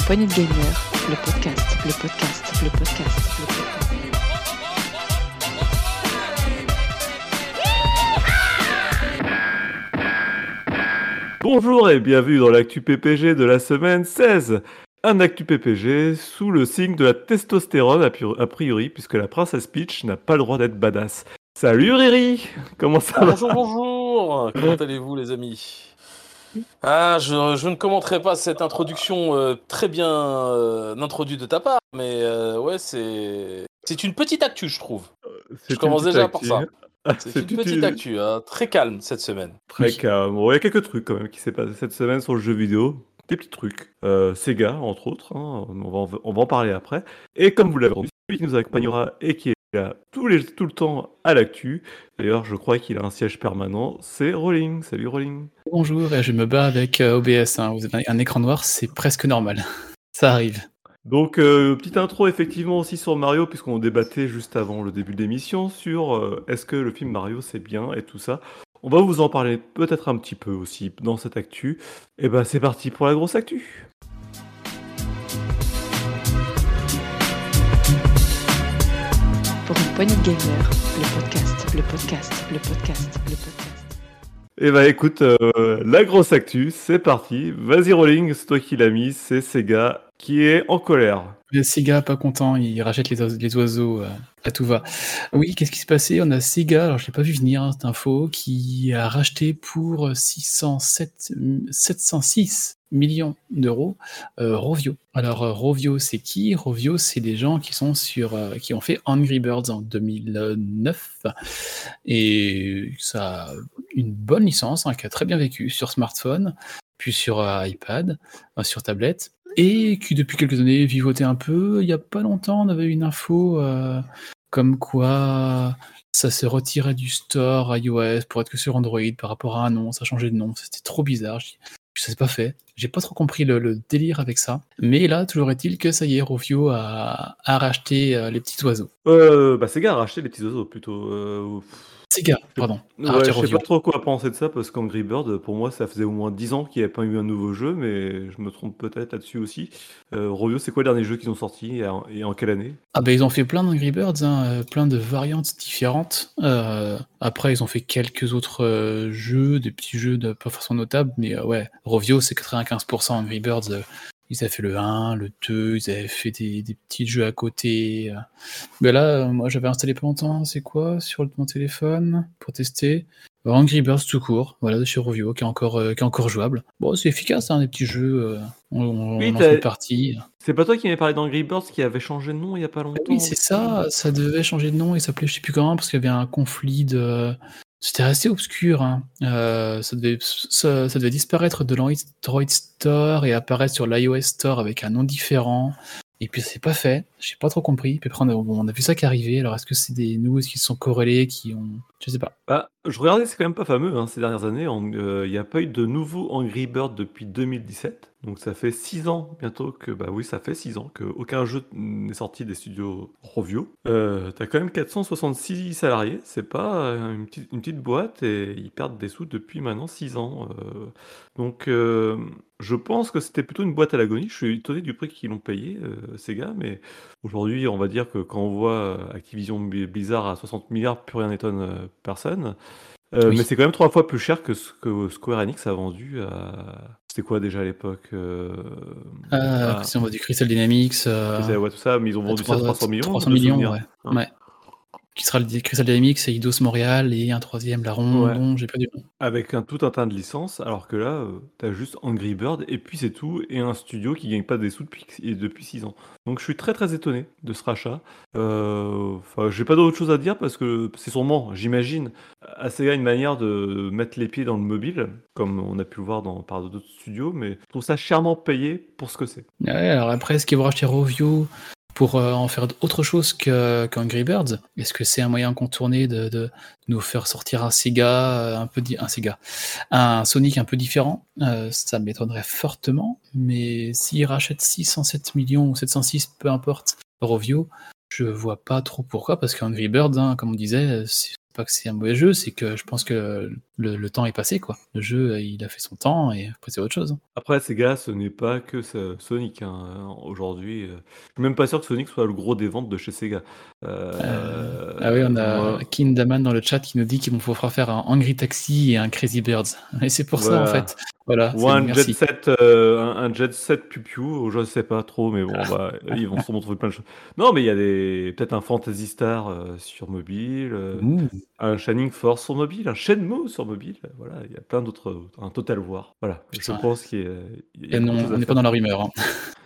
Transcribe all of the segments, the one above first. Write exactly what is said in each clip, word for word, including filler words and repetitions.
Poignée de Gamer, le podcast, le podcast, le podcast, le podcast. Bonjour et bienvenue dans l'actu P P G de la semaine seize. Un actu P P G sous le signe de la testostérone a pu- a priori, puisque la princesse Peach n'a pas le droit d'être badass. Salut Riri. Comment ça va? Bonjour, bonjour. Comment allez-vous, les amis? Ah, je, je ne commenterai pas cette introduction euh, très bien euh, introduite de ta part, mais euh, ouais, c'est c'est une petite actu, je trouve. C'est Je commence une petite déjà par actu. ça. Ah, C'est c'est une une petite petite- actu, hein, très calme cette semaine. Très Oui. calme. Bon, il y a quelques trucs quand même qui s'est passé cette semaine sur le jeu vidéo. Des petits trucs. Euh, Sega, entre autres. hein, On va, en, on va en parler après. Et comme vous l'avez entendu, celui qui nous accompagnera et qui est là tous les, tout le temps à l'actu. D'ailleurs, je crois qu'il a un siège permanent. C'est Rolling. Salut Rolling. Bonjour, et je me bats avec euh, O B S. Hein. Vous avez un écran noir, c'est presque normal. Ça arrive. Donc, euh, petite intro effectivement aussi sur Mario, puisqu'on débattait juste avant le début de l'émission sur euh, est-ce que le film Mario c'est bien et tout ça. On va vous en parler peut-être un petit peu aussi dans cette actu. Et ben c'est parti pour la grosse actu. Pour une poignée de gamer, le podcast, le podcast, le podcast, le podcast. Et bah écoute, euh, la grosse actu, c'est parti. Vas-y Rolling, c'est toi qui l'as mis, c'est Sega qui est en colère. Le Sega, pas content, il rachète les, oise- les oiseaux euh, à tout va. Oui, qu'est-ce qui s'est passé? On a Sega, alors je l'ai pas vu venir hein, cette info, qui a racheté pour six cent sept, sept cent six millions d'euros euh, Rovio. Alors euh, Rovio, c'est qui? Rovio, c'est des gens qui sont sur, euh, qui ont fait Angry Birds en deux mille neuf et ça a une bonne licence hein, qui a très bien vécu sur smartphone, puis sur euh, iPad, euh, sur tablette. Et qui depuis quelques années vivotait un peu. Il n'y a pas longtemps, on avait une info euh, comme quoi ça se retirait du store iOS pour être que sur Android par rapport à un nom, ça changeait de nom, c'était trop bizarre. Je je sais pas fait, j'ai pas trop compris le, le délire avec ça. Mais là, toujours est-il que ça y est, Rovio a, a racheté euh, les petits oiseaux. Euh, bah Sega a racheté les petits oiseaux plutôt. Euh, Sega, pardon, a Ouais, racheté je sais Rovio. pas trop quoi penser de ça parce qu'Angry Bird, pour moi, ça faisait au moins dix ans qu'il n'y avait pas eu un nouveau jeu, mais je me trompe peut-être là-dessus aussi. Euh, Rovio, c'est quoi le dernier jeu qu'ils ont sorti et en, et en quelle année? Ah bah ils ont fait plein d'Angry Birds, hein, euh, plein de variantes différentes. Euh, après ils ont fait quelques autres euh, jeux, des petits jeux de pas forcément notables, mais euh, ouais, Rovio c'est quatre-vingt-quinze pour cent Angry Birds. euh, ils avaient fait le un, le deux, ils avaient fait des, des petits jeux à côté. euh. Mais là, euh, moi j'avais installé pas longtemps, c'est quoi, sur mon téléphone, pour tester. Euh, Angry Birds tout court, voilà, de chez Rovio, qui est encore, euh, qui est encore jouable. Bon, c'est efficace, hein, des petits jeux, euh, on, on Oui, lance t'as- une partie. C'est pas toi qui m'avais parlé d'Angry Birds qui avait changé de nom il y a pas longtemps? Oui, c'est ça, ça devait changer de nom, il s'appelait je sais plus comment, parce qu'il y avait un conflit de... C'était assez obscur, hein. Euh, ça, devait, ça, ça devait disparaître de l'Android Store et apparaître sur l'iOS Store avec un nom différent. Et puis ça s'est pas fait, j'ai pas trop compris. Puis après on a, bon, on a vu ça qui arrivait, alors est-ce que c'est des news qui se sont corrélés, qui ont... Je sais pas. Bah, je regardais, c'est quand même pas fameux hein, ces dernières années. En- euh, Il n'y a pas eu de nouveau Angry Bird depuis deux mille dix-sept. Donc ça fait six ans bientôt que, bah oui, ça fait six ans qu'aucun jeu n'est sorti des studios Rovio. Euh, T'as quand même quatre cent soixante-six salariés, c'est pas euh, une petite, une petite boîte et ils perdent des sous depuis maintenant six ans. euh. Donc euh, je pense que c'était plutôt une boîte à l'agonie. Je suis étonné du prix qu'ils l'ont payé, euh, Sega, mais aujourd'hui on va dire que quand on voit euh, Activision Blizzard à soixante milliards, plus rien n'étonne euh, personne. Euh, Oui. Mais c'est quand même trois fois plus cher que ce que Square Enix a vendu à... C'était quoi déjà à l'époque euh... Euh, ah, si on va du Crystal Dynamics... euh, c'est- ouais, tout ça, mais ils ont vendu ça à trois cents millions. trois cents de millions, souvenirs. ouais. Hein. ouais. Qui sera le Crystal Dynamics et Eidos Montréal et un troisième, la Rondon, j'ai pas du nom. Avec un, tout un tas de licences, alors que là, euh, t'as juste Angry Bird, et puis c'est tout, et un studio qui gagne pas des sous depuis, et depuis six ans. Donc je suis très très étonné de ce rachat. Euh, Enfin, j'ai pas d'autre chose à dire, parce que c'est sûrement, j'imagine, à Sega une manière de mettre les pieds dans le mobile, comme on a pu le voir dans, par d'autres studios, mais je trouve ça chèrement payé pour ce que c'est. Ouais, alors après, est-ce qu'ils vont racheter Rovio pour euh, en faire autre chose que, qu'Angry Birds? Est-ce que c'est un moyen contourné de, de nous faire sortir un Sega, euh, un peu di- un Sega, un Sonic un peu différent? Euh, Ça m'étonnerait fortement, mais s'ils rachètent six cent sept millions ou sept cent six, peu importe, Rovio, je vois pas trop pourquoi, parce qu'Angry Birds, hein, comme on disait, c'est pas que c'est un mauvais jeu, c'est que je pense que le, le temps est passé, quoi. Le jeu, il a fait son temps et après c'est autre chose. hein. Après, Sega, ce n'est pas que ça- Sonic. hein. Aujourd'hui, euh, je suis même pas sûr que Sonic soit le gros des ventes de chez Sega. Euh, Ah oui, Euh, on a moi, Kindaman dans le chat qui nous dit qu'il faudra faire un Angry Taxi et un Crazy Birds. Et c'est pour ça, en voilà. fait. Voilà, Ou c'est un jet merci. set, euh, un, un jet set piu-piu, je sais pas trop, mais bon, bah, ils vont sûrement trouver plein de choses. Non, mais il y a des, peut-être un Phantasy Star euh, sur mobile, euh, Ouh. un Shining Force sur mobile, un Shenmue sur mobile. Voilà, il y a plein d'autres, un Total War. Voilà, je Putain. pense qu'il y a, il y a Et beaucoup de non, choses on à n'est pas faire. dans la rumeur. hein.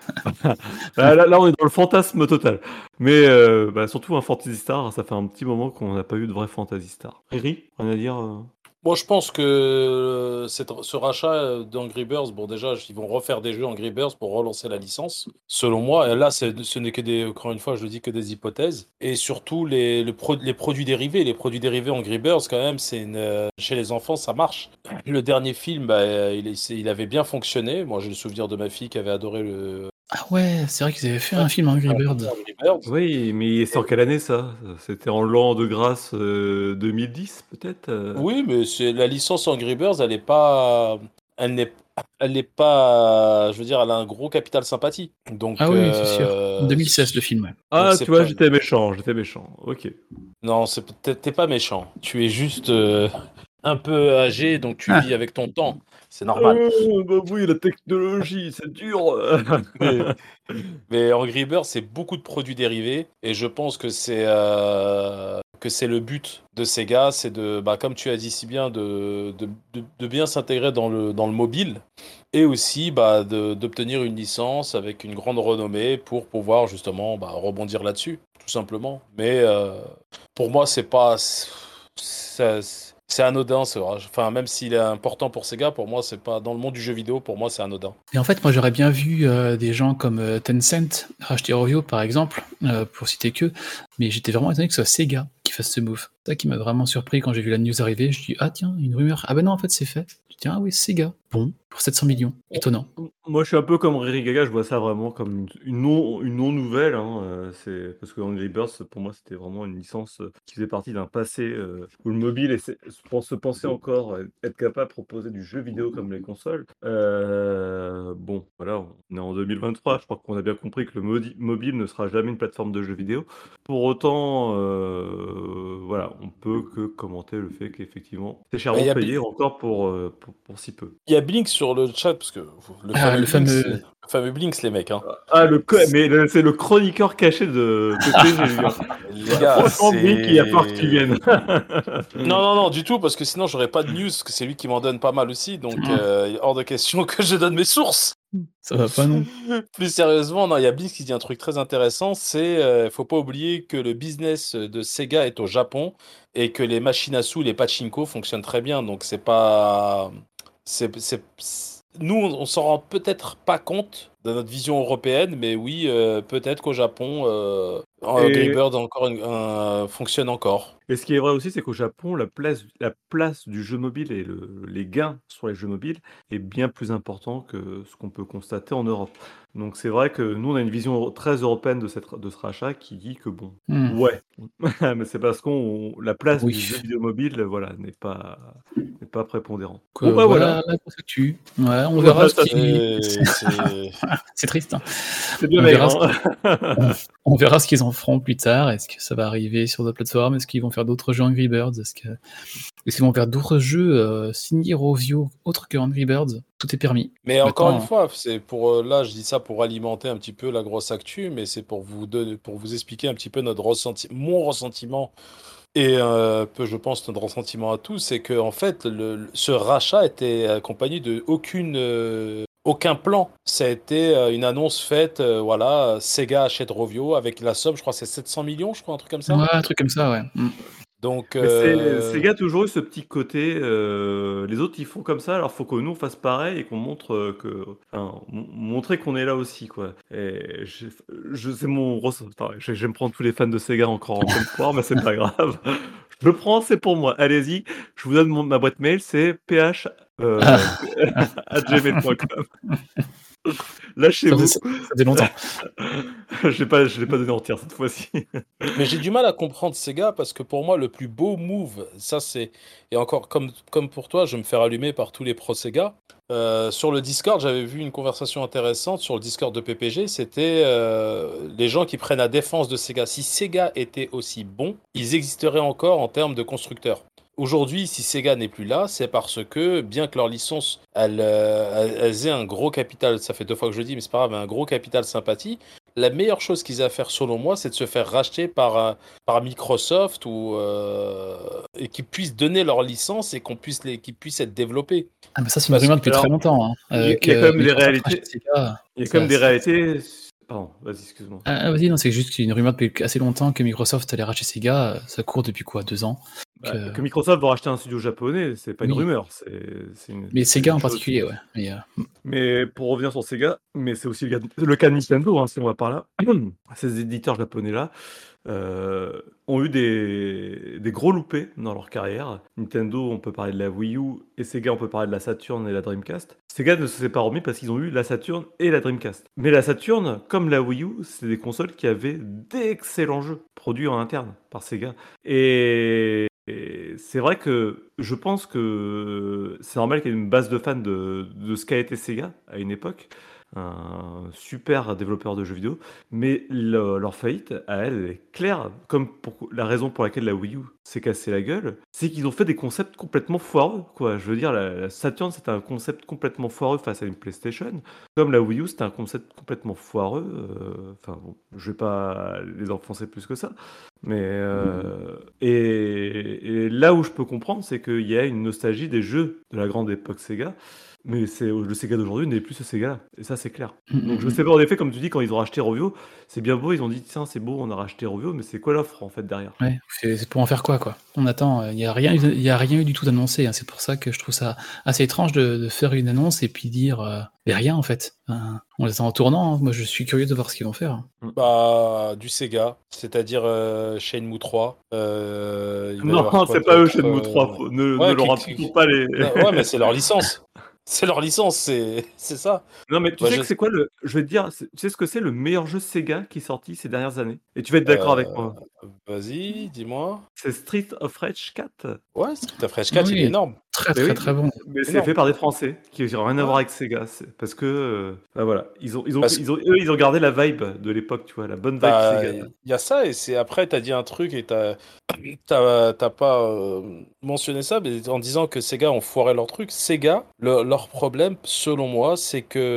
Là, là, là, on est dans le fantasme total. Mais euh, bah, surtout un Fantasy Star, ça fait un petit moment qu'on n'a pas eu de vrai Fantasy Star. Riri, rien à dire euh Moi, je pense que euh, cette- ce rachat euh, d'Angry Birds, bon, déjà, ils vont refaire des jeux Angry Birds pour relancer la licence. Selon moi, et là, c'est- ce n'est que des, encore une fois, je le dis que des hypothèses. Et surtout, les, le pro- les produits dérivés. Les produits dérivés Angry Birds, quand même, c'est une, euh, chez les enfants, ça marche. Le dernier film, bah, euh, il, est- il avait bien fonctionné. Moi, j'ai le souvenir de ma fille qui avait adoré le. Ah ouais, c'est vrai qu'ils avaient fait Ouais, un film Angry Birds. Angry Birds. Oui, mais c'est en quelle année ça? C'était en l'an de grâce euh, deux mille dix, peut-être? euh Oui, mais c'est la licence Angry Birds, elle est pas, elle n'est, elle n'est pas, je veux dire, elle a un gros capital sympathie. Donc, Ah oui, c'est sûr. euh, deux mille seize, le film. ouais. donc Ah, c'est tu vois, pas, j'étais méchant, j'étais méchant. Ok. non, c'est peut-être, t'es pas méchant. Tu es juste euh, un peu âgé, donc tu Ah, vis avec ton temps. C'est normal. Euh, bah oui, la technologie, c'est dur. Mais, mais Angry Birds, c'est beaucoup de produits dérivés, et je pense que c'est euh, que c'est le but de Sega, c'est de, bah, comme tu as dit si bien, de, de, de- de bien s'intégrer dans le, dans le mobile, et aussi bah, de- d'obtenir une licence avec une grande renommée pour pouvoir justement bah, rebondir là-dessus, tout simplement. Mais euh, pour moi, c'est pas, c'est c'est anodin, c'est vrai. Enfin, même s'il est important pour Sega, pour moi, c'est pas dans le monde du jeu vidéo. Pour moi, c'est anodin. Et en fait, moi, j'aurais bien vu euh, des gens comme euh, Tencent racheter Rovio, par exemple, euh, pour citer que, mais j'étais vraiment étonné que ce soit Sega qui fasse ce move. C'est ça qui m'a vraiment surpris quand j'ai vu la news arriver. Je dis, ah tiens, une rumeur. Ah ben non, en fait, c'est fait. Je dis, ah oui, Sega. Bon, pour sept cents millions. Étonnant. Moi, je suis un peu comme Riri Gaga, je vois ça vraiment comme une, une non, une non-nouvelle. Hein, euh, c'est, parce que Angry Birds, pour moi, c'était vraiment une licence euh, qui faisait partie d'un passé euh, où le mobile essaie- pour se penser encore euh, être capable de proposer du jeu vidéo comme les consoles. Euh, bon, voilà, on est en deux mille vingt-trois, je crois qu'on a bien compris que le modi- mobile ne sera jamais une plateforme de jeux vidéo. Pour autant, euh, voilà, on peut que commenter le fait qu'effectivement, c'est Il chèrement y a, payé encore pour, euh, pour, pour si peu. il y a Blinks sur le chat, parce que le Ah, fameux le Blinks, fameux. le fameux Blinks, les mecs. Hein. Ah, le co- mais le- c'est le chroniqueur caché de P P G, lui. hein. Les Bah, gars, franchement, Blink, il a peur que tu c'est. viennes. Non, non, non, du tout, parce que sinon j'aurais pas de news, parce que c'est lui qui m'en donne pas mal aussi, donc Ah, euh, il est hors de question que je donne mes sources. ça va pas, non. Plus sérieusement, non, il y a Blinks qui dit un truc très intéressant, c'est euh, faut pas oublier que le business de Sega est au Japon et que les machines à sous, les pachinko fonctionnent très bien, donc c'est pas, c'est, c'est, c'est- nous on, on s'en rend peut-être pas compte de notre vision européenne, mais oui, euh, peut-être qu'au Japon, euh, Angry Et, Bird encore une- un- fonctionne encore. et ce qui est vrai aussi, c'est qu'au Japon, la place, la place du jeu mobile et le- les gains sur les jeux mobiles est bien plus important que ce qu'on peut constater en Europe. Donc c'est vrai que nous, on a une vision très européenne de, cette, de ce rachat qui dit que bon, Hmm. ouais, mais c'est parce qu'on la place du jeu Oui. vidéo mobile, voilà, n'est pas, n'est pas prépondérante. Donc, Bon euh, bah voilà, voilà la grosse actu. Ouais, on Voilà, verra ce ça, qui. C'est, c'est- C'est triste. hein. c'est bien On verra, ce... maigre. Hein. on verra ce qu'ils en feront plus tard. Est-ce que ça va arriver sur d'autres plateformes? Est-ce qu'ils vont faire d'autres jeux Angry Birds? Est-ce que... est-ce qu'ils vont faire d'autres jeux euh, signés Rovio autres que Angry Birds? Tout est permis. Mais encore une Maintenant, fois, c'est pour euh, là, je dis ça pour alimenter un petit peu la grosse actu, mais c'est pour vous donner, pour vous expliquer un petit peu notre ressenti, mon ressentiment et euh, peu, je pense, notre ressentiment à tous, c'est que en fait, le, le- ce rachat était accompagné de aucune, euh, aucun plan. Ça a été euh, une annonce faite, euh, voilà, Sega achète Rovio avec la somme, je crois, que c'est sept cents millions, je crois, un truc comme ça. ouais, un truc comme ça, ouais. Mm. Donc, Mais c'est euh, Sega a toujours eu ce petit côté, euh, les autres ils font comme ça, alors faut que nous on fasse pareil et qu'on montre euh, que, enfin, m- montrer qu'on est là aussi quoi. Et j'ai- je c'est mon, ress- enfin, je, je vais me prendre tous les fans de Sega encore en pleine poire, mais c'est pas grave. Je le prends, c'est pour moi. Allez-y, je vous donne mon- ma boîte mail, c'est p h euh, Ah, arobase gmail point com. ça, Lâchez-vous. ça, ça fait longtemps. Je l'ai pas, je l'ai pas donné entière cette fois-ci. Mais j'ai du mal à comprendre Sega parce que pour moi, le plus beau move, ça c'est. Et encore, comme, comme pour toi, je vais me faire allumer par tous les pros Sega. Euh, sur le Discord, j'avais vu une conversation intéressante sur le Discord de P P G. C'était euh, les gens qui prennent la défense de Sega. Si Sega était aussi bon, ils existeraient encore en termes de constructeurs. Aujourd'hui, si Sega n'est plus là, c'est parce que, bien que leur licence, elles, euh, elles- elles aient un gros capital, ça fait deux fois que je le dis, mais c'est pas grave, un gros capital sympathie, la meilleure chose qu'ils aient à faire, selon moi, c'est de se faire racheter par, euh, par Microsoft ou, euh, et qu'ils puissent donner leur licence et qu'on puisse les, qu'ils puissent être développés. Ah, mais ça, c'est une Parce rumeur depuis très Alors, longtemps. Hein, il y, euh, a il y a que quand même des Microsoft rachète réalités. Sega. Il y a quand même Ça, des c'est- réalités. Pardon, vas-y, excuse-moi. Ah, vas-y, non, c'est juste une rumeur depuis assez longtemps que Microsoft allait racheter Sega. Ça court depuis quoi, deux ans Bah, que... que Microsoft va racheter un studio japonais, c'est pas une Oui, rumeur, c'est c'est une, mais c'est Sega une en chose. particulier, ouais. Mais, euh, Mais pour revenir sur Sega, mais c'est aussi le, cas le cas de Nintendo, hein, si on va par là. Ces éditeurs japonais-là euh, ont eu des, des gros loupés dans leur carrière. Nintendo, on peut parler de la Wii U, et Sega, on peut parler de la Saturn et la Dreamcast. Sega ne se s'est pas remis parce qu'ils ont eu la Saturn et la Dreamcast. Mais la Saturn, comme la Wii U, c'est des consoles qui avaient d'excellents jeux produits en interne par Sega. Et et c'est vrai que je pense que c'est normal qu'il y ait une base de fans de, de ce qu'a été Sega à une époque, un super développeur de jeux vidéo, mais le- leur faillite à elle, elle est claire, comme pour la raison pour laquelle la Wii U s'est cassée la gueule, c'est qu'ils ont fait des concepts complètement foireux, quoi. Je veux dire, la, la Saturn c'était un concept complètement foireux face à une PlayStation, comme la Wii U c'était un concept complètement foireux. euh, Enfin bon, je vais pas les enfoncer plus que ça. Mais euh, et, et là où je peux comprendre, c'est qu'il y a une nostalgie des jeux de la grande époque Sega, mais c'est le Sega d'aujourd'hui n'est plus ce Sega-là, et ça c'est clair. Donc je sais pas, en effet, comme tu dis, quand ils ont racheté Rovio, c'est bien beau, ils ont dit tiens c'est beau, on a racheté Rovio, mais c'est quoi l'offre en fait derrière? ouais, c'est c'est pour en faire quoi, quoi. On attend, il n'y a, rien eu- y a rien eu du tout d'annoncé. Hein. C'est pour ça que je trouve ça assez étrange de, de faire une annonce et puis dire euh, mais rien en fait. Enfin, on les attend en tournant. Hein. Moi, je suis curieux de voir ce qu'ils vont faire. Bah, du Sega, c'est-à-dire euh, Shenmue trois. Euh, il va y Non, avoir quoi c'est pas eux d'autre Shenmue euh, trois, faut- ne, Ouais, ne leur qui- qui- imputons pas les. Non, ouais, mais c'est leur licence. C'est leur licence, c'est c'est ça. Non, mais tu Bah, sais je- que c'est quoi le. Je vais te dire, c'est- tu sais ce que c'est le meilleur jeu Sega qui est sorti ces dernières années? Et tu vas être d'accord avec Euh, moi. Vas-y, dis-moi. C'est Street of Rage quatre. Ouais, Street of Rage quatre, il est Oui. énorme. Très Mais très oui, très bon. mais c'est Énorme. fait par des Français qui n'ont rien à Ouais. voir avec Sega. c'est- Parce que, euh, bah voilà, ils ont, ils ont, Parce- ils ont, eux, ils ont gardé la vibe de l'époque, tu vois, la bonne vibe Bah, Sega. il y a ça, et c'est après, tu as dit un truc et t'as t'as t'as pas euh, mentionné ça, mais en disant que Sega ont foiré leur truc. Sega, le- leur problème, selon moi, c'est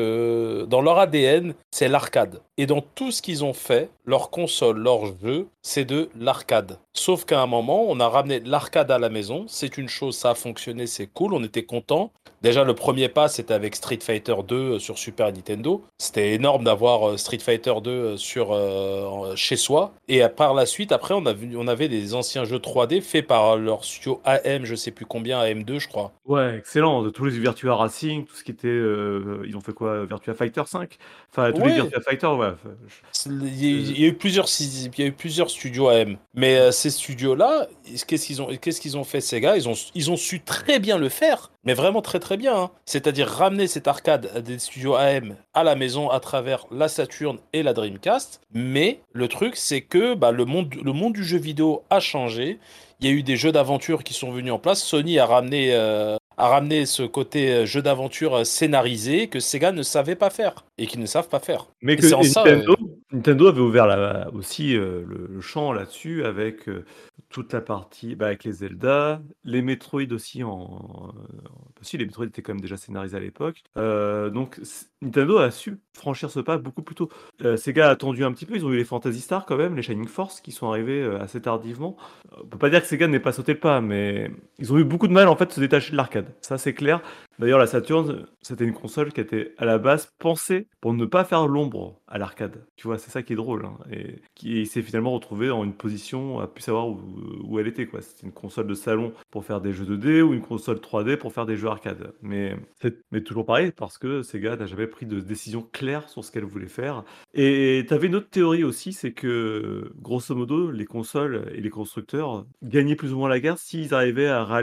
que dans leur A D N, c'est l'arcade. Et dans tout ce qu'ils ont fait, leur console, leur jeu, c'est de l'arcade. Sauf qu'à un moment, on a ramené l'arcade à la maison. C'est une chose, ça a fonctionné, c'est cool, on était contents. Déjà, le premier pas, c'était avec Street Fighter deux sur Super Nintendo. C'était énorme d'avoir euh, Street Fighter deux sur, euh, en- chez soi. Et euh, par la suite, après, on, a vu, on avait des anciens jeux trois D faits par leur studio A M, je sais plus combien, A M deux, je crois. Ouais, excellent. De tous les Virtua Racing, tout ce qui était. euh, ils ont fait quoi? Virtua Fighter cinq? Enfin, tous les Ouais. Virtua Fighter, ouais. enfin, je- Il y, a, il y a eu plusieurs, il y a eu plusieurs studios A M. Mais euh, ces studios-là, qu'est-ce qu'ils ont, qu'est-ce qu'ils ont fait, Sega? Ils ont, ils ont su très bien le faire, mais vraiment très très bien. Hein. C'est-à-dire ramener cette arcade à des studios A M à la maison à travers la Saturn et la Dreamcast. Mais le truc, c'est que bah, le, monde, le monde du jeu vidéo a changé. Il y a eu des jeux d'aventure qui sont venus en place. Sony a ramené, euh, a ramené ce côté euh, jeu d'aventure euh, scénarisé que Sega ne savait pas faire et qu'ils ne savent pas faire. Mais Et que c'est en et ça, Nintendo, euh, Nintendo avait ouvert la- aussi euh, le, le champ là-dessus avec euh, toute la partie bah, avec les Zelda, les Metroid aussi en. euh, si, les Metroid étaient quand même déjà scénarisés à l'époque. Euh, donc c- Nintendo a su franchir ce pas beaucoup plus tôt. Euh, Sega a attendu un petit peu, ils ont eu les Phantasy Star quand même, les Shining Force qui sont arrivés euh, assez tardivement. Euh, On peut pas dire que Sega n'ait pas sauté le pas, mais ils ont eu beaucoup de mal en fait de se détacher de l'arcade. Ça c'est clair. D'ailleurs, la Saturn, c'était une console qui était à la base pensée pour ne pas faire l'ombre à l'arcade. Tu vois, c'est ça qui est drôle. Hein, et qui s'est finalement retrouvée dans une position à plus savoir où, où elle était. Quoi. C'était une console de salon pour faire des jeux deux D ou une console trois D pour faire des jeux arcade. Mais, c'est- mais toujours pareil, parce que Sega n'a jamais pris de décision claire sur ce qu'elle voulait faire. Et tu avais une autre théorie aussi, c'est que grosso modo, les consoles et les constructeurs gagnaient plus ou moins la guerre s'ils arrivaient à rallier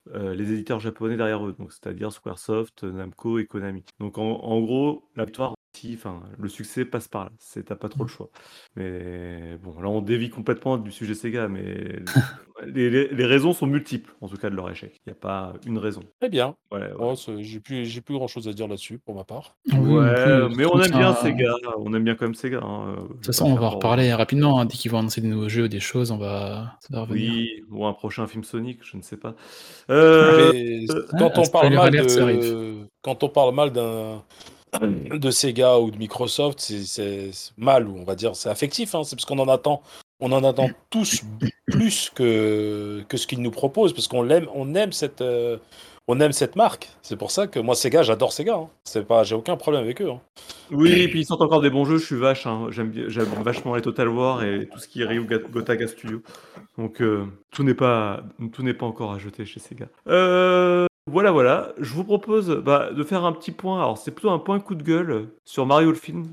euh, les éditeurs japonais derrière eux, donc c'est-à-dire Squaresoft, Namco et Konami. Donc en, en gros, la victoire, aussi, enfin, le succès passe par là. C'est, t'as pas trop le choix. Mais bon, là on dévie complètement du sujet Sega, mais les, les- les raisons sont multiples, en tout cas de leur échec. Il n'y a pas une raison. Très bien. Ouais, ouais. Oh, c'est- j'ai plus, j'ai plus grand chose à dire là-dessus pour ma part. Oui, non plus, Ouais, de toute mais on façon, aime bien ça- Sega, on aime bien quand même Sega. hein, euh, De je toute vais façon, pas on faire va en peur aux reparler gens. rapidement. hein. Dès qu'ils vont annoncer des nouveaux jeux, des choses, on va... ça va revenir. Oui, ou un prochain film Sonic, je ne sais pas. Euh, Mais euh, Ah, quand un on parle spoiler mal alert, ça arrive. de, quand on parle mal d'un, de Sega ou de Microsoft, c'est, c'est c'est mal, ou on va dire, c'est affectif, hein, c'est parce qu'on en attend, on en attend tous plus que, que ce qu'ils nous proposent, parce qu'on l'aime, on aime cette, euh, on aime cette marque. C'est pour ça que moi, Sega, j'adore Sega. hein. C'est pas, j'ai aucun problème avec eux. hein. Oui, et puis ils sortent encore des bons jeux, je suis vache, hein. J'aime bien, j'aime vachement les Total War et tout ce qui est Ryu Ga- Gotaga Studio. Donc euh, tout n'est pas, tout n'est pas encore à jeter chez Sega. Euh, voilà, voilà. Je vous propose bah, de faire un petit point. Alors c'est plutôt un point coup de gueule sur Mario le film.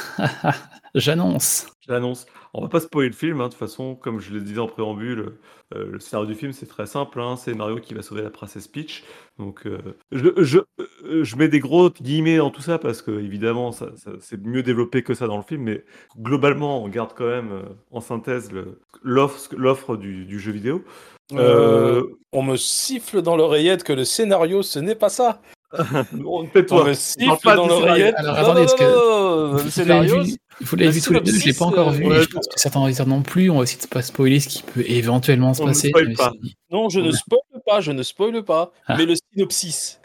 J'annonce. Je l'annonce. On va pas spoiler le film, hein, de toute façon, comme je le disais en préambule, euh, le scénario du film c'est très simple, hein, c'est Mario qui va sauver la princesse Peach. Donc euh, je, je, euh, je mets des gros guillemets dans tout ça parce que évidemment ça, ça- c'est mieux développé que ça dans le film, mais globalement on garde quand même euh, en synthèse le- l'offre l'offre du, du jeu vidéo. Euh, Euh, on me siffle dans l'oreillette que le scénario, ce n'est pas ça. bon, On tais-toi, me on parle siffle pas dans du scénario. l'oreillette. Alors, Non, attendez, non, est-ce non, que- non, non, le Vous scénario. l'avez vu, vous l'avez le vu tous les deux, je l'ai synopsis, pas encore euh, vu. on Et l'a je vu. pense que certains auditeurs non plus. On va essayer de pas spoiler ce qui peut éventuellement se On ne passer. spoil même pas. si- Non, je ne spoile pas, je ne spoile pas. Ah. Mais le synopsis,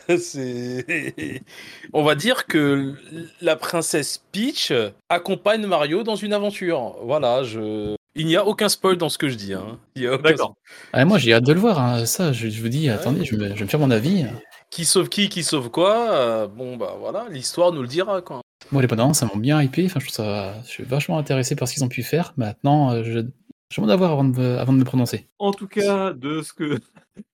c'est. On va dire que la princesse Peach accompagne Mario dans une aventure. Voilà, je. Il n'y a aucun spoil dans ce que je dis. Hein. Il y a aucun D'accord. Ah, moi, j'ai hâte de le voir. hein. Ça, je, je vous dis, Ouais. attendez, je, me- je vais me faire mon avis. Qui sauve qui, qui sauve quoi euh, Bon, bah voilà, l'histoire nous le dira, quoi. Moi, les bandes annonces, ça m'ont bien hypé. Enfin, je trouve ça, je suis vachement intéressé par ce qu'ils ont pu faire. Maintenant, euh, je, je demande à voir avant de, me- avant de me prononcer. En tout cas, de ce que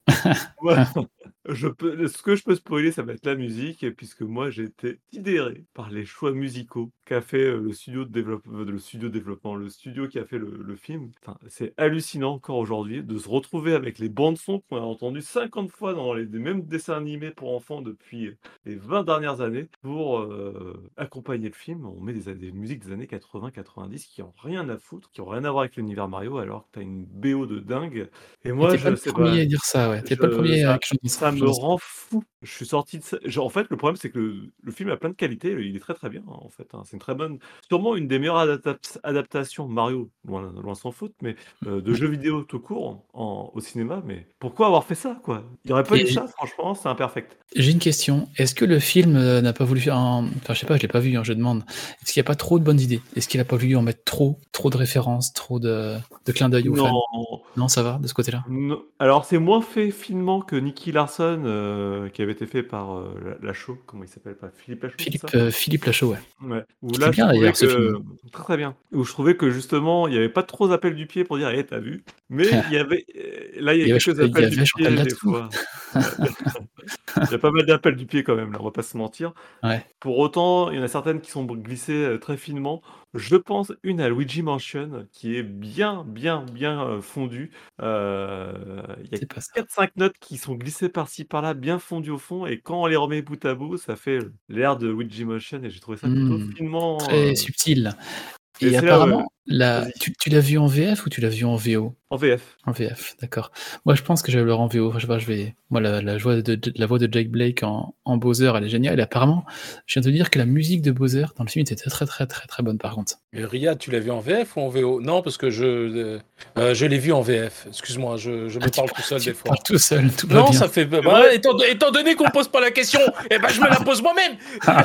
moi, je peux, ce que je peux spoiler, ça va être la musique, et puisque moi j'ai été sidéré par les choix musicaux qu'a fait euh, le studio de développement, le studio de développement, le studio qui a fait le, le film. Enfin, c'est hallucinant encore aujourd'hui de se retrouver avec les bandes son qu'on a entendues cinquante fois dans les, les mêmes dessins animés pour enfants depuis les vingt dernières années pour euh, accompagner le film. On met des, des musiques des années quatre-vingts quatre-vingt-dix qui ont rien à foutre, qui ont rien à voir avec l'univers Mario, alors que t'as une B O de dingue. Et Et moi, t'es je pas le sais premier pas. à dire ça, ouais. T'es Je- pas le premier ça, à que j'en dise ça j'en me dise- rend fou. Je suis sorti de ça. genre, en fait, le problème, c'est que le, le film a plein de qualités. Il est très très bien, hein, en fait. hein. C'est une très bonne, sûrement une des meilleures adapta- adaptations Mario, loin, loin sans faute, mais euh, de jeux vidéo tout court en, au cinéma. Mais pourquoi avoir fait ça, quoi Il n'y aurait pas Et- eu ça, franchement, c'est imperfect. J'ai une question. Est-ce que le film euh, n'a pas voulu faire un... Enfin, je sais pas, je l'ai pas vu, hein, je demande. Est-ce qu'il n'y a pas trop de bonnes idées? Est-ce qu'il a pas voulu en mettre trop, trop de références, trop de, de clins d'œil aux fans? Non, Non, ça va, de ce côté-là? non. Alors, c'est moins fait finement que Nicky Larson, euh, qui avait été fait par euh, la, Lachaud. Comment il s'appelle pas Philippe Lachaud, c'est Philippe, ça euh, Philippe Lachaud, ouais. Ouais. Où Qui là, était bien, je trouvais d'ailleurs, ce que... film. Très très bien. Où je trouvais que justement, il n'y avait pas trop d'appels du pied pour dire, eh, t'as vu. Mais il y avait... euh, Là, il y Il y a avait quelques Chantal- il y appels du avait Chantal pied des Latsou. fois. Ouais. Il y a pas mal d'appels du pied quand même, là, on va pas se mentir. Ouais. Pour autant, il y en a certaines qui sont glissées euh, très finement. Je pense une à Luigi Mansion, qui est bien, bien, bien euh, fondue. Euh, Il y a C'est pas ça. quatre cinq notes qui sont glissées par-ci par-là, bien fondues au fond, et quand on les remet bout à bout, ça fait l'air de Luigi Motion, et j'ai trouvé ça plutôt Hmm, finement. Très euh, subtil. et Et c'est là, apparemment, ouais, la... vas-y. tu, tu l'as vu en V F ou tu l'as vu en V O? En V F. En V F, d'accord. Moi, je pense que je vais le voir en V O. Enfin, je sais pas, je vais. Moi, la, la, joie de, de- la voix de Jake Blake en, en Bowser, elle est géniale. Et apparemment, je viens de te dire que la musique de Bowser dans le film était très, très, très, très, très bonne, par contre. Et Riyad, tu l'as vu en V F ou en V O? Non, parce que je, euh, euh, je l'ai vu en V F. Excuse-moi, je, je me Ah, tu parle par- tout seul tu des fois. parles tout seul, tout va Non, bien. ça fait. Bah, vrai. étant, étant donné qu'on pose pas la question, eh ben je me la pose moi-même.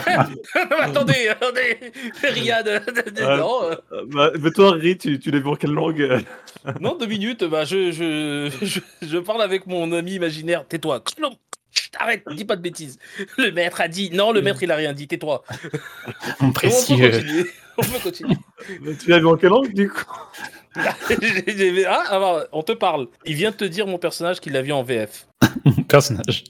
attendez, attendez, Riyad, Ah, non, euh, euh, bah, mais toi, Ri, tu, tu l'as vu en quelle langue? non, deux minutes. Bah, je, je, je, je parle avec mon ami imaginaire. Tais-toi. Chut, arrête, dis pas de bêtises. Le maître a dit. Non, le maître il a rien dit. Tais-toi. Mon On peut précieux. continuer. On peut continuer. Tu l'as vu en quelle langue, du coup? J'ai- j'ai- ah, alors, on te parle. Il vient de te dire mon personnage qu'il l'a vu en V F. Mon personnage.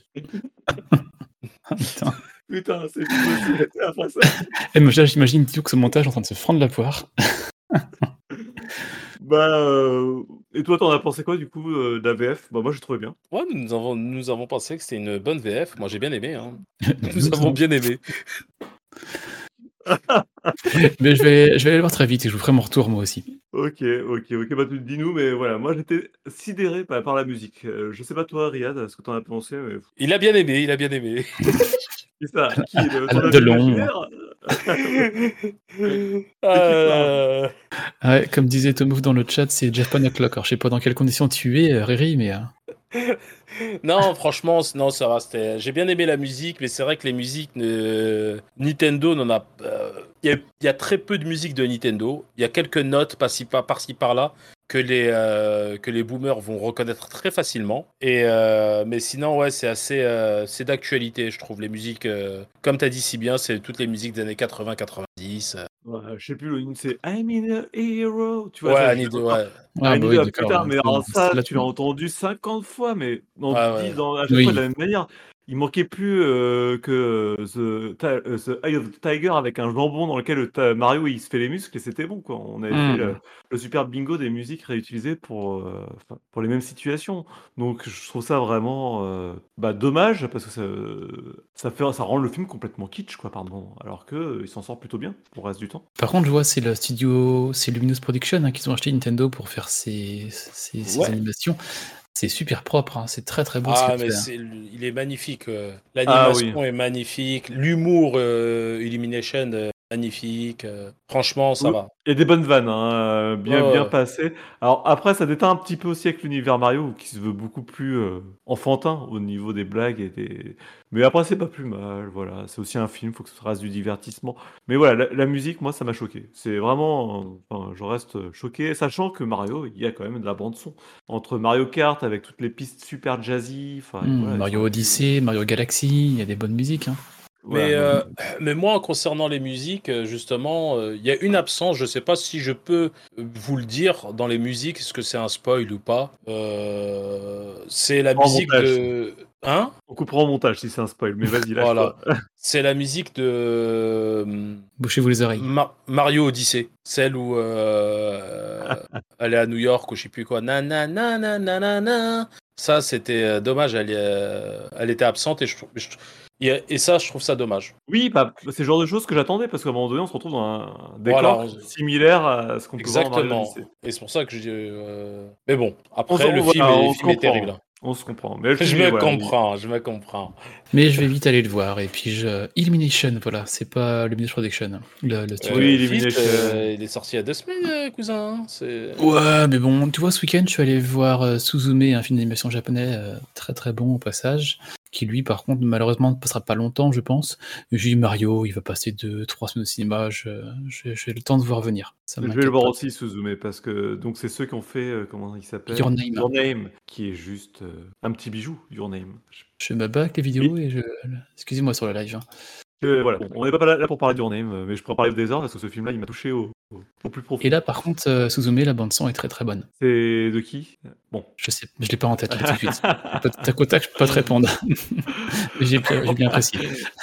Ah, putain. Putain, c'est possible. Après ça. Et moi, j'imagine Duke ce montage en train de se fendre la poire. Bah, euh, Et toi, t'en as pensé quoi du coup euh, de la V F? Bah moi j'ai trouvé bien. Ouais, nous avons, nous avons pensé que c'était une bonne V F. Moi, j'ai bien aimé. Hein. Nous, Nous avons avons- bien aimé. Mais je vais, je vais aller le voir très vite et je vous ferai mon retour moi aussi. Ok, ok, ok, bah tu dis-nous, mais voilà, moi j'étais sidéré par, par la musique. Euh, je sais pas toi, Riyad, ce que t'en as pensé, mais Il a bien aimé, il a bien aimé. c'est ça, qui le, ton Alain ami Delon. imaginaire? Euh, Ouais, comme disait Tomouf dans le chat, c'est Jeff Panaclock. Alors je sais pas dans quelles conditions tu es, euh, Riri, mais euh, Non, franchement, c- non, ça va. c'était- J'ai bien aimé la musique, mais c'est vrai que les musiques, ne- Nintendo n'en a. euh, Il y, a, il y a très peu de musique de Nintendo. Il y a quelques notes par-ci par- par-ci par-là que les euh, que les boomers vont reconnaître très facilement. Et euh, mais sinon, ouais, c'est assez, euh, c'est d'actualité, je trouve. Les musiques, euh, comme tu as dit si bien, c'est toutes les musiques des années quatre-vingts quatre-vingt-dix. euh. Ouais, je sais plus, le hymne c'est I'm in a hero. Tu vois, Ouais, ça, je l'ai Annie de, encore. ouais, ah Annie bah deux oui, ah, plus d'accord. tard, euh, mais c'est bon. alors ça, Là, tu l'as tu- entendu cinquante fois, mais dans ouais, dix, ouais. dans, à chaque fois de Oui. la même manière. Il manquait plus euh, que The, Ti- euh, The Eye of the Tiger avec un jambon dans lequel le ta- Mario il se fait les muscles et c'était bon quoi. On avait fait le, Hmm. le super bingo des musiques réutilisées pour, euh, enfin, pour les mêmes situations. Donc je trouve ça vraiment euh, bah, dommage parce que ça, ça, fait, ça rend le film complètement kitsch quoi par moment. Alors que euh, il s'en sort plutôt bien pour le reste du temps. Par contre, je vois, c'est le studio, c'est Luminous Production hein, qu'ils ont acheté Nintendo pour faire ces, ces, ces Ouais. animations. C'est super propre, hein, c'est très très beau ce Ah, qu'ils ont mais fait. hein. c'est, il est magnifique. euh. Ah oui. L'animation est magnifique. L'humour, euh, Illumination, euh, magnifique. euh. Franchement, ça Oui, va. il y a des bonnes vannes, hein, euh, Ouais, bien, bien ouais. passées. Alors après, ça déteint un petit peu aussi avec l'univers Mario, qui se veut beaucoup plus euh, enfantin au niveau des blagues et des... Mais après, c'est pas plus mal, voilà. C'est aussi un film, faut que ce reste du divertissement. Mais voilà, la, la musique, moi, ça m'a choqué. C'est vraiment... euh, Enfin, je reste choqué, sachant que Mario, il y a quand même de la bande-son. Entre Mario Kart, avec toutes les pistes super jazzy, enfin, Hmm, voilà, ils Mario sont Odyssey, Mario Galaxy, il y a des bonnes musiques. hein. Voilà, Mais, non, euh, mais moi, concernant les musiques, euh, justement, euh, il y a une absence. Je sais pas si je peux euh, vous le dire dans les musiques. Est-ce que c'est un spoil ou pas? Euh, c'est la en musique montage. de. Hein? On coupera en montage si c'est un spoil, mais vas-y, lâche-toi. Voilà. C'est la musique de. euh, Bouchez-vous les oreilles. Ma- Mario Odyssey, celle où euh, elle est à New York ou je sais plus quoi. Na, na, na, na, na, na, na. Ça, c'était euh, dommage. Elle, est, euh, elle était absente et, je, trouve- je- et, et ça, je trouve ça dommage. Oui, bah, c'est le genre de choses que j'attendais parce qu'à un moment donné, on se retrouve dans un Voilà, décor on- similaire à ce qu'on peut voir en Mario exactement. Odyssey. Et c'est pour ça que je dis. euh, Mais bon, On, se- après, le on- film voilà, est, le on se film est terrible. comprend. hein. On se comprend. Mais le Je film, me est- voilà, il- comprends, je me comprends. Mais je vais vite aller le voir. Et puis, je... Illumination, voilà, c'est pas Luminous Production, le, le studio. Oui, Euh, Fist, Illumination. euh, il est sorti il y a deux semaines, euh, cousin. hein, C'est... Ouais, mais bon, tu vois, ce week-end, je suis allé voir euh, Suzume, un film d'animation japonais euh, très très bon au passage, qui lui, par contre, malheureusement, ne passera pas longtemps, je pense. J'ai dit Mario, il va passer deux, trois semaines au cinéma, je- je- j'ai le temps de voir venir. Ça Je vais le m'inquiète voir pas. aussi, Suzume, parce que donc c'est ceux qui ont fait, euh, comment il s'appelle? Your Name. Your Name, qui est juste euh, un petit bijou, Your Name. Je- Je me bats avec les vidéos et je. Excusez-moi sur le live. hein. Euh, voilà, bon, on n'est pas là, là pour parler de Your Name, euh, mais je pourrais parler des heures parce que ce film-là, il m'a touché au, au- au plus profond. Et là, par contre, euh, Suzume, la bande-son est très très bonne. C'est de qui? Bon. Je sais, je l'ai pas en tête là tout de suite. Pas- Tac au tac, je peux pas te répondre. Mais j'ai bien, j'ai bien apprécié.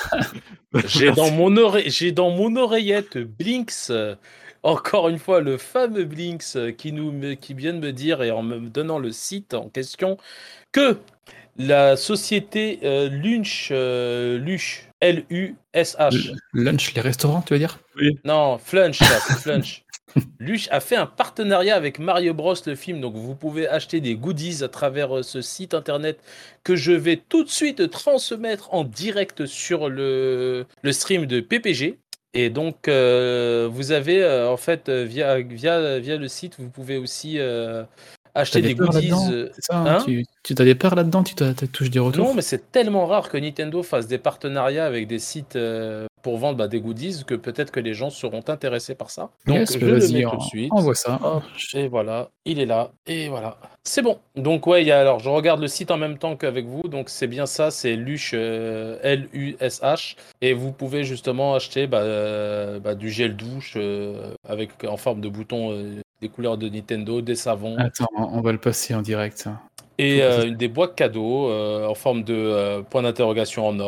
J'ai dans, Merci. mon oreille, j'ai dans mon oreillette Blinks, euh, encore une fois le fameux Blinks euh, qui, nous, me- qui vient de me dire, et en me donnant le site en question, que la société euh, Lunch, euh, Lush, L U S H, L- Lunch, les restaurants, tu veux dire? non, Flunch, là, c'est Flunch. Lush a fait un partenariat avec Mario Bros, le film, donc vous pouvez acheter des goodies à travers euh, ce site internet que je vais tout de suite transmettre en direct sur le, le stream de P P G. Et donc, euh, vous avez, euh, en fait, euh, via, via, via le site, vous pouvez aussi euh, T'as acheter des des peurs goodies. là-dedans? euh, C'est ça, hein, hein tu, tu as des peurs là-dedans? Tu t'as- t'as touché des retours? Non, mais c'est tellement rare que Nintendo fasse des partenariats avec des sites euh, pour vendre bah, des goodies que peut-être que les gens seront intéressés par ça. Donc, Yes, je bah le vas-y, mets en- tout de suite. envoie ça. Hop, Je- et voilà, il est là, et voilà. C'est bon. Donc, ouais, il y a, alors, je regarde le site en même temps qu'avec vous. Donc, c'est bien ça, c'est Lush, euh, L U S H. Et vous pouvez justement acheter bah, euh, bah, du gel douche euh, avec, en forme de bouton, euh, des couleurs de Nintendo, des savons. Attends, on va le passer en direct. Et Faut que ça euh, se- une des boîtes cadeaux euh, en forme de euh, point d'interrogation en or.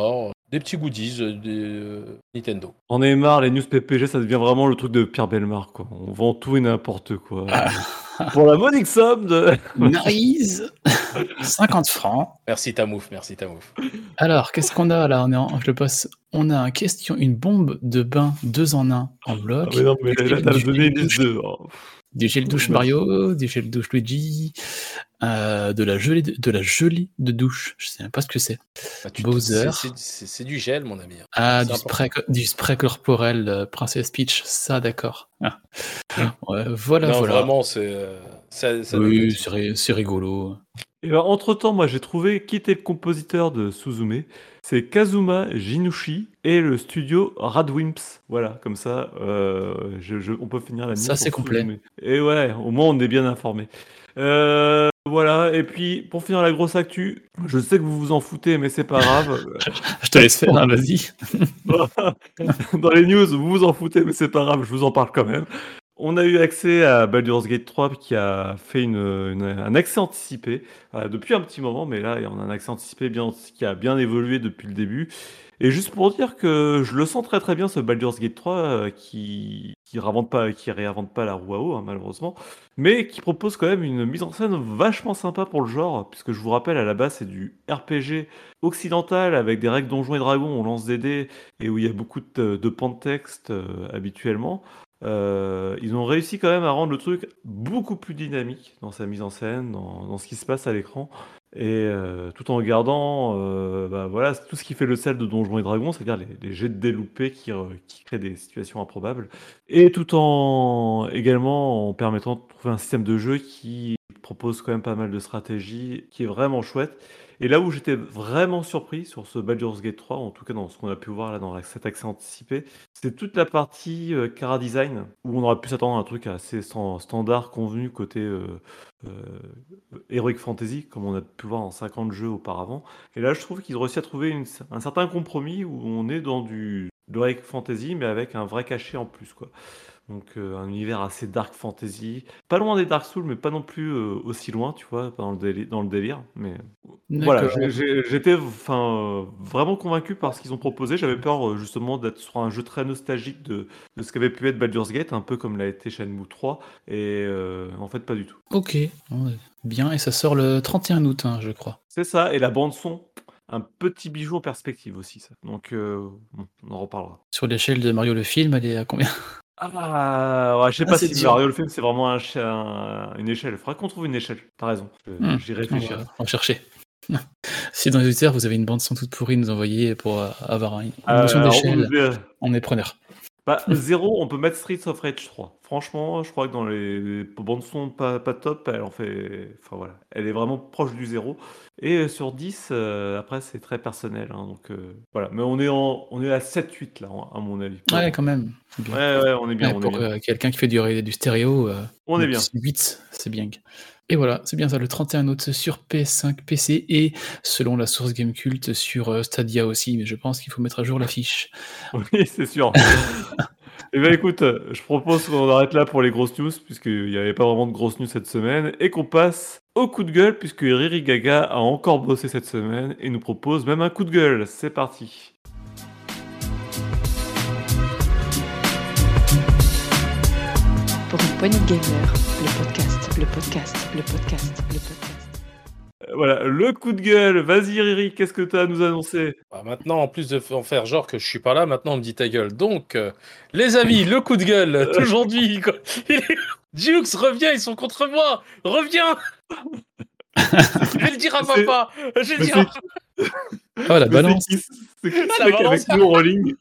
des petits goodies euh, des euh, Nintendo. On est marre, les news P P G, ça devient vraiment le truc de Pierre Bellemare, quoi. On vend tout et n'importe quoi. Ah. Pour la modique somme de... Nice. cinquante francs. Merci Tamouf, merci Tamouf. Alors, qu'est-ce qu'on a là? On est en, je le passe. On a un question, une bombe de bain deux en un en bloc. Ah mais non, mais du, là, gel, t'as du donné gel une liste douche, de... oh. du gel douche Mario, du gel douche Luigi, euh, de la gelée de, de la gelée de douche. Je sais même pas ce que c'est. Bah, tu- Bowser. c'est- c'est- C'est c'est du gel, mon ami. Ah, C'est du important. spray, co- du spray corporel euh, Princess Peach. Ça, d'accord. Ah. Ouais, voilà, non, voilà. vraiment, c'est. euh, ça, ça donne le Oui, titre. c'est ri- c'est rigolo. Et ben, entre-temps, moi, j'ai trouvé qui était le compositeur de Suzume. C'est Kazuma Jinushi et le studio Radwimps. Voilà, comme ça, euh, je- je- on peut finir la news Ça, sur c'est complet. Suzume. Et ouais, au moins, on est bien informé. Euh, voilà, et puis, pour finir la grosse actu, je sais que vous vous en foutez, mais c'est pas grave. Je te laisse faire, hein, vas-y. Dans les news, vous vous en foutez, mais c'est pas grave, je vous en parle quand même. On a eu accès à Baldur's Gate trois qui a fait une, une- un accès anticipé euh, depuis un petit moment, mais là on a un accès anticipé bien, qui a bien évolué depuis le début. Et juste pour dire que je le sens très très bien ce Baldur's Gate trois euh, qui qui réinvente pas qui réinvente pas la roue à eau hein, malheureusement, mais qui propose quand même une mise en scène vachement sympa pour le genre, puisque je vous rappelle à la base c'est du R P G occidental avec des règles Donjons et Dragons, on lance des dés et où il y a beaucoup de, de pans de texte euh, habituellement. Euh, ils ont réussi quand même à rendre le truc beaucoup plus dynamique dans sa mise en scène, dans, dans ce qui se passe à l'écran, et euh, tout en gardant euh, bah, voilà, tout ce qui fait le sel de Donjons et Dragons, c'est-à-dire les, les jets de dés loupés qui, euh, qui créent des situations improbables, et tout en également en permettant de trouver un système de jeu qui propose quand même pas mal de stratégies, qui est vraiment chouette. Et là où j'étais vraiment surpris sur ce Baldur's Gate trois, en tout cas dans ce qu'on a pu voir là dans la- cet accès anticipé, c'est toute la partie euh, Chara Design, où on aurait pu s'attendre à un truc assez stan- standard, convenu côté euh, euh, Heroic Fantasy, comme on a pu voir dans cinquante jeux auparavant. Et là, je trouve qu'ils ont réussi à trouver une- un certain compromis où on est dans du de Heroic Fantasy, mais avec un vrai cachet en plus, quoi. Donc euh, un univers assez dark fantasy, pas loin des Dark Souls, mais pas non plus euh, aussi loin, tu vois, pas dans le déli- dans le délire. Mais voilà, D'accord. j'ai- j'ai- j'étais enfin euh, vraiment convaincu par ce qu'ils ont proposé. J'avais peur euh, justement d'être sur un jeu très nostalgique de, de ce qu'avait pu être Baldur's Gate, un peu comme l'a été Shenmue trois, et euh, en fait pas du tout. Ok, ouais. Bien, et ça sort le trente et un août, hein, je crois. C'est ça, et la bande son, un petit bijou en perspective aussi, ça. Donc euh, bon, on en reparlera. Sur l'échelle de Mario le film, elle est à combien? Ah, ouais, je sais Ah, pas c'est si dur. Mario le film c'est vraiment un cha- un- une échelle. Il faudra qu'on trouve une échelle. T'as raison. Je- Hmm, J'y on réfléchirai. va, on va chercher. Si dans les auditeurs, vous avez une bande son toute pourrie, nous envoyer pour euh, avoir une, une Euh, notion alors, d'échelle, on est- on est preneur. bah, zéro, on peut mettre Streets of Rage trois. Franchement, je crois que dans les, les bandes son pas, pas top, elle en fait. Enfin voilà, elle est vraiment proche du zéro. Et euh, sur dix, euh, après, c'est très personnel. Hein, donc euh, voilà. Mais on est, en, on est à sept huit là, hein, à mon avis. pour Ouais, le quand même. C'est coup. bien. Ouais, ouais, on est bien. Ouais, on est pour bien. euh, quelqu'un qui fait du, du stéréo, euh, On est bien. huit, c'est bien. Et voilà, c'est bien ça, le trente et un août sur P S cinq, P C et selon la source Gamecult sur euh, Stadia aussi, mais je pense qu'il faut mettre à jour la fiche. Oui, c'est sûr. Eh bien écoute, euh, je propose qu'on arrête là pour les grosses news, puisqu'il n'y avait pas vraiment de grosses news cette semaine, et qu'on passe au coup de gueule, puisque Riri Gaga a encore bossé cette semaine, et nous propose même un coup de gueule. C'est parti. Pour une poignée de gamers, le podcast, le podcast, le podcast, le podcast. Euh, Voilà, le coup de gueule. Vas-y Riri, qu'est-ce que tu as à nous annoncer? Bah, maintenant, en plus de f- en faire genre que je suis pas là, maintenant on me dit ta gueule. Donc, euh, les amis, le coup de gueule d'aujourd'hui. quoi. Jux, reviens, ils sont contre moi. Reviens. Je vais le dire à C'est- papa. Je vais le Mais dire à... c'est- Oh la mais balance. c'est qui, c'est qui ce la mec balance. avec nous en rolling?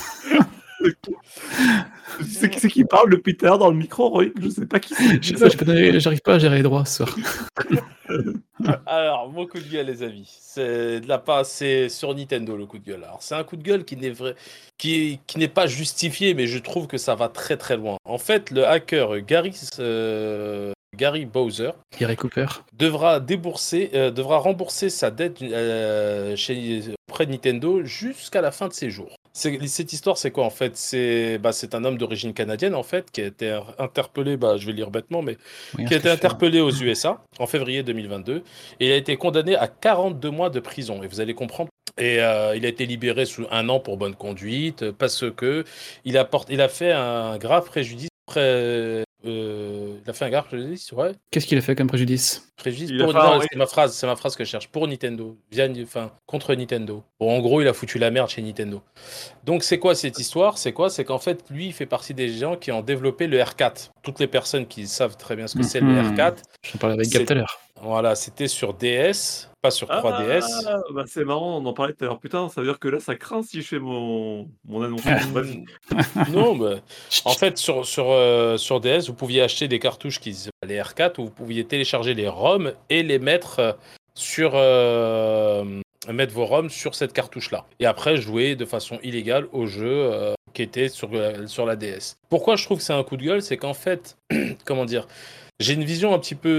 C'est qui c'est qui parle depuis tout à l'heure dans le micro, Rolling? Je sais pas qui c'est. Je sais pas, j'ai pas donné- j'arrive pas à gérer les droits ce soir. Alors, mon coup de gueule, les amis, c'est de la part, c'est sur Nintendo le coup de gueule. Alors, c'est un coup de gueule qui n'est vrai, qui, qui n'est pas justifié, mais je trouve que ça va très très loin. En fait, le hacker Gary, euh, Gary Bowser Gary Cooper. devra débourser, euh, devra rembourser sa dette euh, chez, auprès de Nintendo jusqu'à la fin de ses jours. C'est- cette histoire, c'est quoi en fait? C'est bah, c'est un homme d'origine canadienne en fait qui a été interpellé, bah, je vais le lire bêtement, mais Oui, qui a un été screenshot. interpellé aux U S A en février deux mille vingt-deux et il a été condamné à quarante-deux mois de prison. Et vous allez comprendre. Et euh, il a été libéré sous un an pour bonne conduite parce que il a, porté, il a fait un grave préjudice. Pré, euh, il a fait un grave préjudice, ouais. Qu'est-ce qu'il a fait comme préjudice? Préjudice Il a pour fait non, un- c'est ma phrase, c'est ma phrase que je cherche pour Nintendo, via, enfin contre Nintendo. Bon, en gros, il a foutu la merde chez Nintendo. Donc c'est quoi cette histoire? C'est quoi? C'est qu'en fait, lui, il fait partie des gens qui ont développé le R quatre. Toutes les personnes qui savent très bien ce que c'est le Mhm. R quatre, J'en parlais avec Gab c'est tout à l'heure. voilà, c'était sur D S, pas sur trois D S. Ah, bah c'est marrant, on en parlait tout à l'heure. Putain, ça veut dire que là, ça craint si je fais mon, mon annonce. Bref. Non, mais en fait, sur, sur, euh, sur D S, vous pouviez acheter des cartouches qui les R quatre où vous pouviez télécharger les ROM et les mettre euh, sur euh, mettre vos ROM sur cette cartouche-là. Et après, jouer de façon illégale au jeu euh, qui était sur, euh, sur la D S. Pourquoi je trouve que c'est un coup de gueule? C'est qu'en fait, comment dire, j'ai une vision un petit peu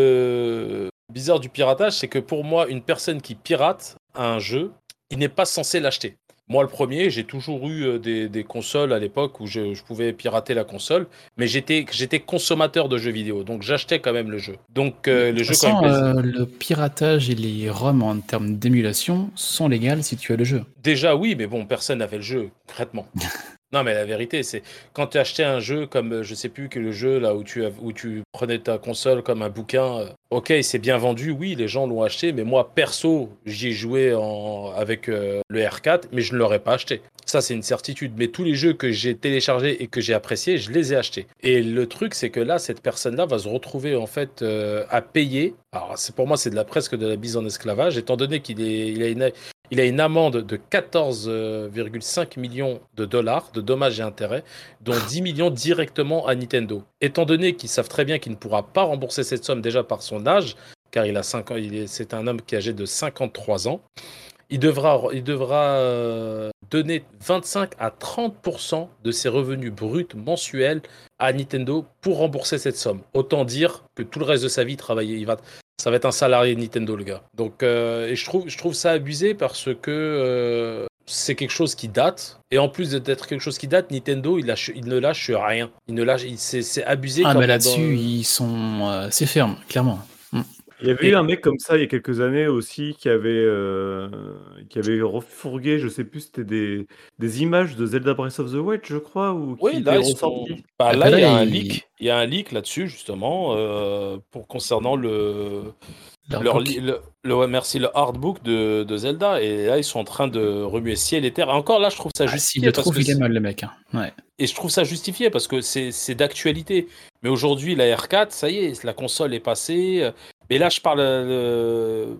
euh, bizarre du piratage. C'est que pour moi, une personne qui pirate un jeu, il n'est pas censé l'acheter. Moi, le premier, j'ai toujours eu euh, des, des consoles à l'époque où je, je pouvais pirater la console, mais j'étais, j'étais consommateur de jeux vidéo, donc j'achetais quand même le jeu. Donc euh, De le toute jeu façon, quand même plaisir. euh, le piratage et les ROM en termes d'émulation sont légales si tu as le jeu. Déjà oui, mais bon, personne n'avait le jeu, concrètement. Non, mais la vérité, c'est quand tu achetais un jeu comme, euh, je sais plus que le jeu là où tu, av- où tu prenais ta console comme un bouquin, euh, ok, c'est bien vendu, oui, les gens l'ont acheté, mais moi, perso, j'y ai joué en, avec euh, le R quatre, mais je ne l'aurais pas acheté. Ça, c'est une certitude. Mais tous les jeux que j'ai téléchargés et que j'ai appréciés, je les ai achetés. Et le truc, c'est que là, cette personne-là va se retrouver en fait euh, à payer. Alors, c'est pour moi, c'est de la presque de la mise en esclavage, étant donné qu'il est, il a une il a une amende de quatorze virgule cinq millions de dollars de dommages et intérêts, dont dix millions directement à Nintendo. Étant donné qu'ils savent très bien qu'il ne pourra pas rembourser cette somme déjà par son âge, car il a cinq ans, il est, c'est un homme qui est âgé de cinquante-trois ans, il devra, il devra euh, donner vingt-cinq à trente pour cent de ses revenus bruts mensuels à Nintendo pour rembourser cette somme. Autant dire que tout le reste de sa vie, travailler, il va, ça va être un salarié de Nintendo, le gars. Donc, euh, et je trouve, je trouve ça abusé parce que euh, c'est quelque chose qui date. Et en plus d'être quelque chose qui date, Nintendo, il, lâche, il ne lâche rien. Il ne lâche, il, c'est, c'est abusé. Ah, comme mais dans- là-dessus, ils sont. euh, c'est ferme, clairement. Mm. Il y avait Et- eu un mec comme ça il y a quelques années aussi qui avait, euh, qui avait refourgué, je sais plus, c'était des, des images de Zelda Breath of the Wild, je crois, ou qui Oui, étaient là, ils sont... ressorties. bah, Ah, là, bah il y là, a un il- leak. Il y a un leak là-dessus, justement, euh, pour concernant le, Leur leur book. li- le, le- ouais, merci, le artbook de, de Zelda. Et là, ils sont en train de remuer ciel et terre. Et encore là, je trouve ça Ah, s'il justifié. le parce trouve, que il est c'est- mal, le mec. hein. Ouais. Et je trouve ça justifié parce que c'est, c'est d'actualité. Mais aujourd'hui, la R quatre, ça y est, la console est passée. Mais là, je parle euh,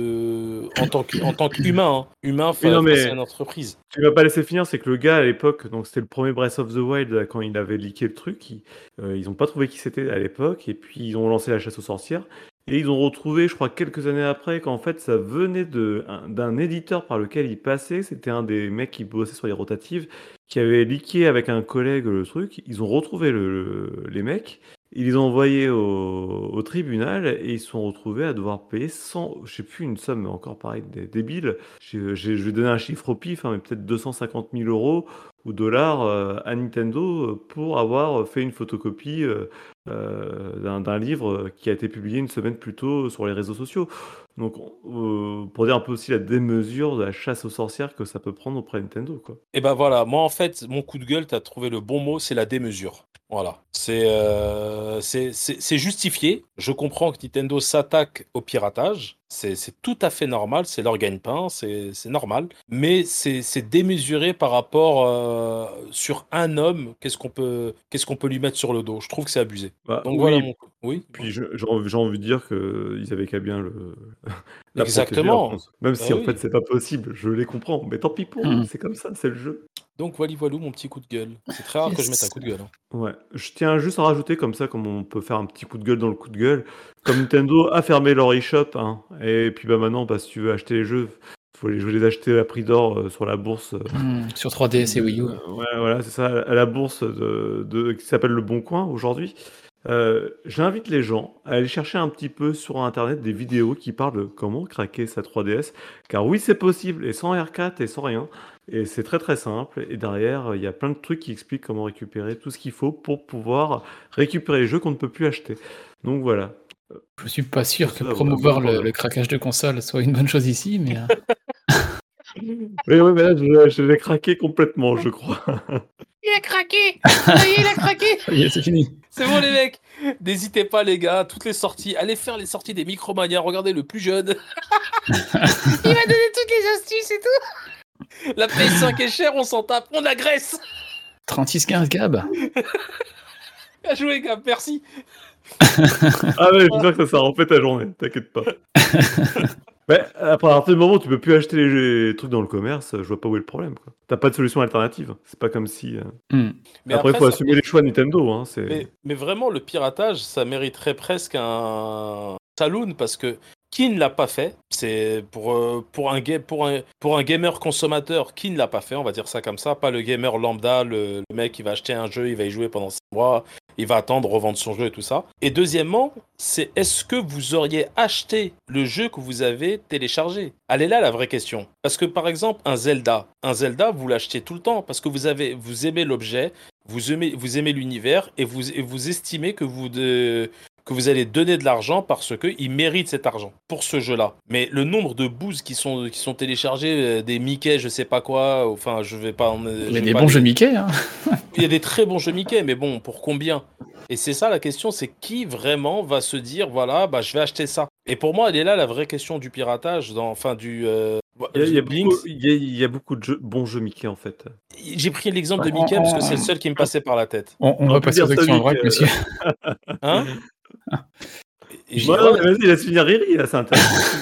de en tant que, en tant qu'humain, hein. Humain Oui, non, fa- face mais- à une entreprise. Tu vas pas laisser finir, c'est que le gars à l'époque, donc c'était le premier Breath of the Wild là, quand il avait leaké le truc, il- euh, ils ont pas trouvé qui c'était à l'époque, et puis ils ont lancé la chasse aux sorcières, et ils ont retrouvé, je crois, quelques années après, qu'en fait ça venait de, un- d'un éditeur par lequel il passait, c'était un des mecs qui bossait sur les rotatives, qui avait leaké avec un collègue le truc, ils ont retrouvé le, le- les mecs, ils les ont envoyés au, au tribunal, et ils se sont retrouvés à devoir payer cent, je sais plus, une somme encore pareil, dé- débile. J'ai- j'ai- je vais donner un chiffre au pif, hein, mais peut-être deux cent cinquante mille euros ou dollars euh, à Nintendo euh, pour avoir fait une photocopie euh, euh, d'un d'un livre qui a été publié une semaine plus tôt sur les réseaux sociaux. Donc, euh, pour dire un peu aussi la démesure de la chasse aux sorcières que ça peut prendre auprès de Nintendo, quoi. Et ben voilà, moi en fait, mon coup de gueule, tu as trouvé le bon mot, c'est la démesure. Voilà, c'est euh, c'est c'est- c'est justifié. Je comprends que Nintendo s'attaque au piratage. C'est c'est tout à fait normal, c'est leur gagne-pain, c'est c'est normal. Mais c'est c'est démesuré par rapport euh, sur un homme. Qu'est-ce qu'on peut qu'est-ce qu'on peut lui mettre sur le dos? Je trouve que c'est abusé. Bah, Donc oui, voilà mon coup. Oui. puis je- j'ai envie, j'ai envie de dire qu'ils avaient qu'à bien le, la protéger, Exactement. leur cons- Même si Bah en oui. fait c'est pas possible, je les comprends. Mais tant pis pour eux, Mhm. c'est comme ça, c'est le jeu. Donc voilà, voilà mon petit coup de gueule. C'est très rare que je mette un Yes. coup de gueule, hein. Ouais, je tiens juste à rajouter comme ça, comme on peut faire un petit coup de gueule dans le coup de gueule, comme Nintendo a fermé leur eShop, hein, et puis bah maintenant, bah, si tu veux acheter les jeux, faut les, je vais les acheter à prix d'or euh, sur la bourse. euh, Mm, sur trois D S et de- Wii U. ouais, voilà, c'est ça, à la bourse de, de- qui s'appelle Le Bon Coin aujourd'hui. Euh, j'invite les gens à aller chercher un petit peu sur Internet des vidéos qui parlent de comment craquer sa trois D S, car oui, c'est possible, et sans R quatre et sans rien. Et c'est très très simple. Et derrière, il y a plein de trucs qui expliquent comment récupérer tout ce qu'il faut pour pouvoir récupérer les jeux qu'on ne peut plus acheter. Donc voilà. Je suis pas sûr Tout que ça, promouvoir voilà, le, bon, le craquage de console soit une bonne chose ici, mais. euh, Mais ouais, mais là, je, je l'ai craqué complètement, je crois. Il a craqué. Ça y est, il a craqué. Ça y est, c'est fini. C'est bon les mecs. N'hésitez pas les gars, toutes les sorties, allez faire les sorties des Micromania. Regardez le plus jeune. Il va donner toutes les astuces et tout. La P S cinq est chère, on s'en tape, on agresse. trente-six quinze Gab. Bien joué Gab, merci. Ah ouais, j'espère que ça sera en fait ta journée, t'inquiète pas. Mais après, à partir du moment où tu peux plus acheter les, les trucs dans le commerce, je vois pas où est le problème, quoi. T'as pas de solution alternative. C'est pas comme si. euh, Hmm. Mais Après, il faut ça assumer fait- les choix Nintendo, hein. C'est. mais, mais vraiment, le piratage, ça mériterait presque un saloon parce que qui ne l'a pas fait, c'est pour, euh, pour, un ga- pour, un, pour un gamer consommateur, qui ne l'a pas fait, on va dire ça comme ça, pas le gamer lambda, le, le mec qui va acheter un jeu, il va y jouer pendant six mois, il va attendre, revendre son jeu et tout ça. Et deuxièmement, c'est est-ce que vous auriez acheté le jeu que vous avez téléchargé? Elle est là la vraie question. Parce que par exemple, un Zelda, un Zelda, vous l'achetez tout le temps parce que vous, avez, vous aimez l'objet, vous aimez, vous aimez l'univers et vous, et vous estimez que vous, de, que vous allez donner de l'argent parce qu'il mérite cet argent pour ce jeu-là. Mais le nombre de boosts qui sont, qui sont téléchargés, euh, des Mickey, je sais pas quoi, enfin, je vais pas en. Il y a des bons jeux Mickey. Hein. Il y a des très bons jeux Mickey, mais bon, pour combien? Et c'est ça la question, c'est qui vraiment va se dire, voilà, bah je vais acheter ça. Et pour moi, elle est là la vraie question du piratage, dans, enfin du. Euh, Il y a, il y a du beaucoup, Blinks. il y a- il y a beaucoup de jeux- bons jeux Mickey, en fait. J'ai pris l'exemple de On- Mickey parce que on- c'est le seul qui me passait par la tête. On, on On va peut passer aux dire actions en Sonic, vrac, euh, monsieur. Hein? Et j'ai- Ouais, voilà. mais vas-y, laisse finir Riri, là, c'est intéressant.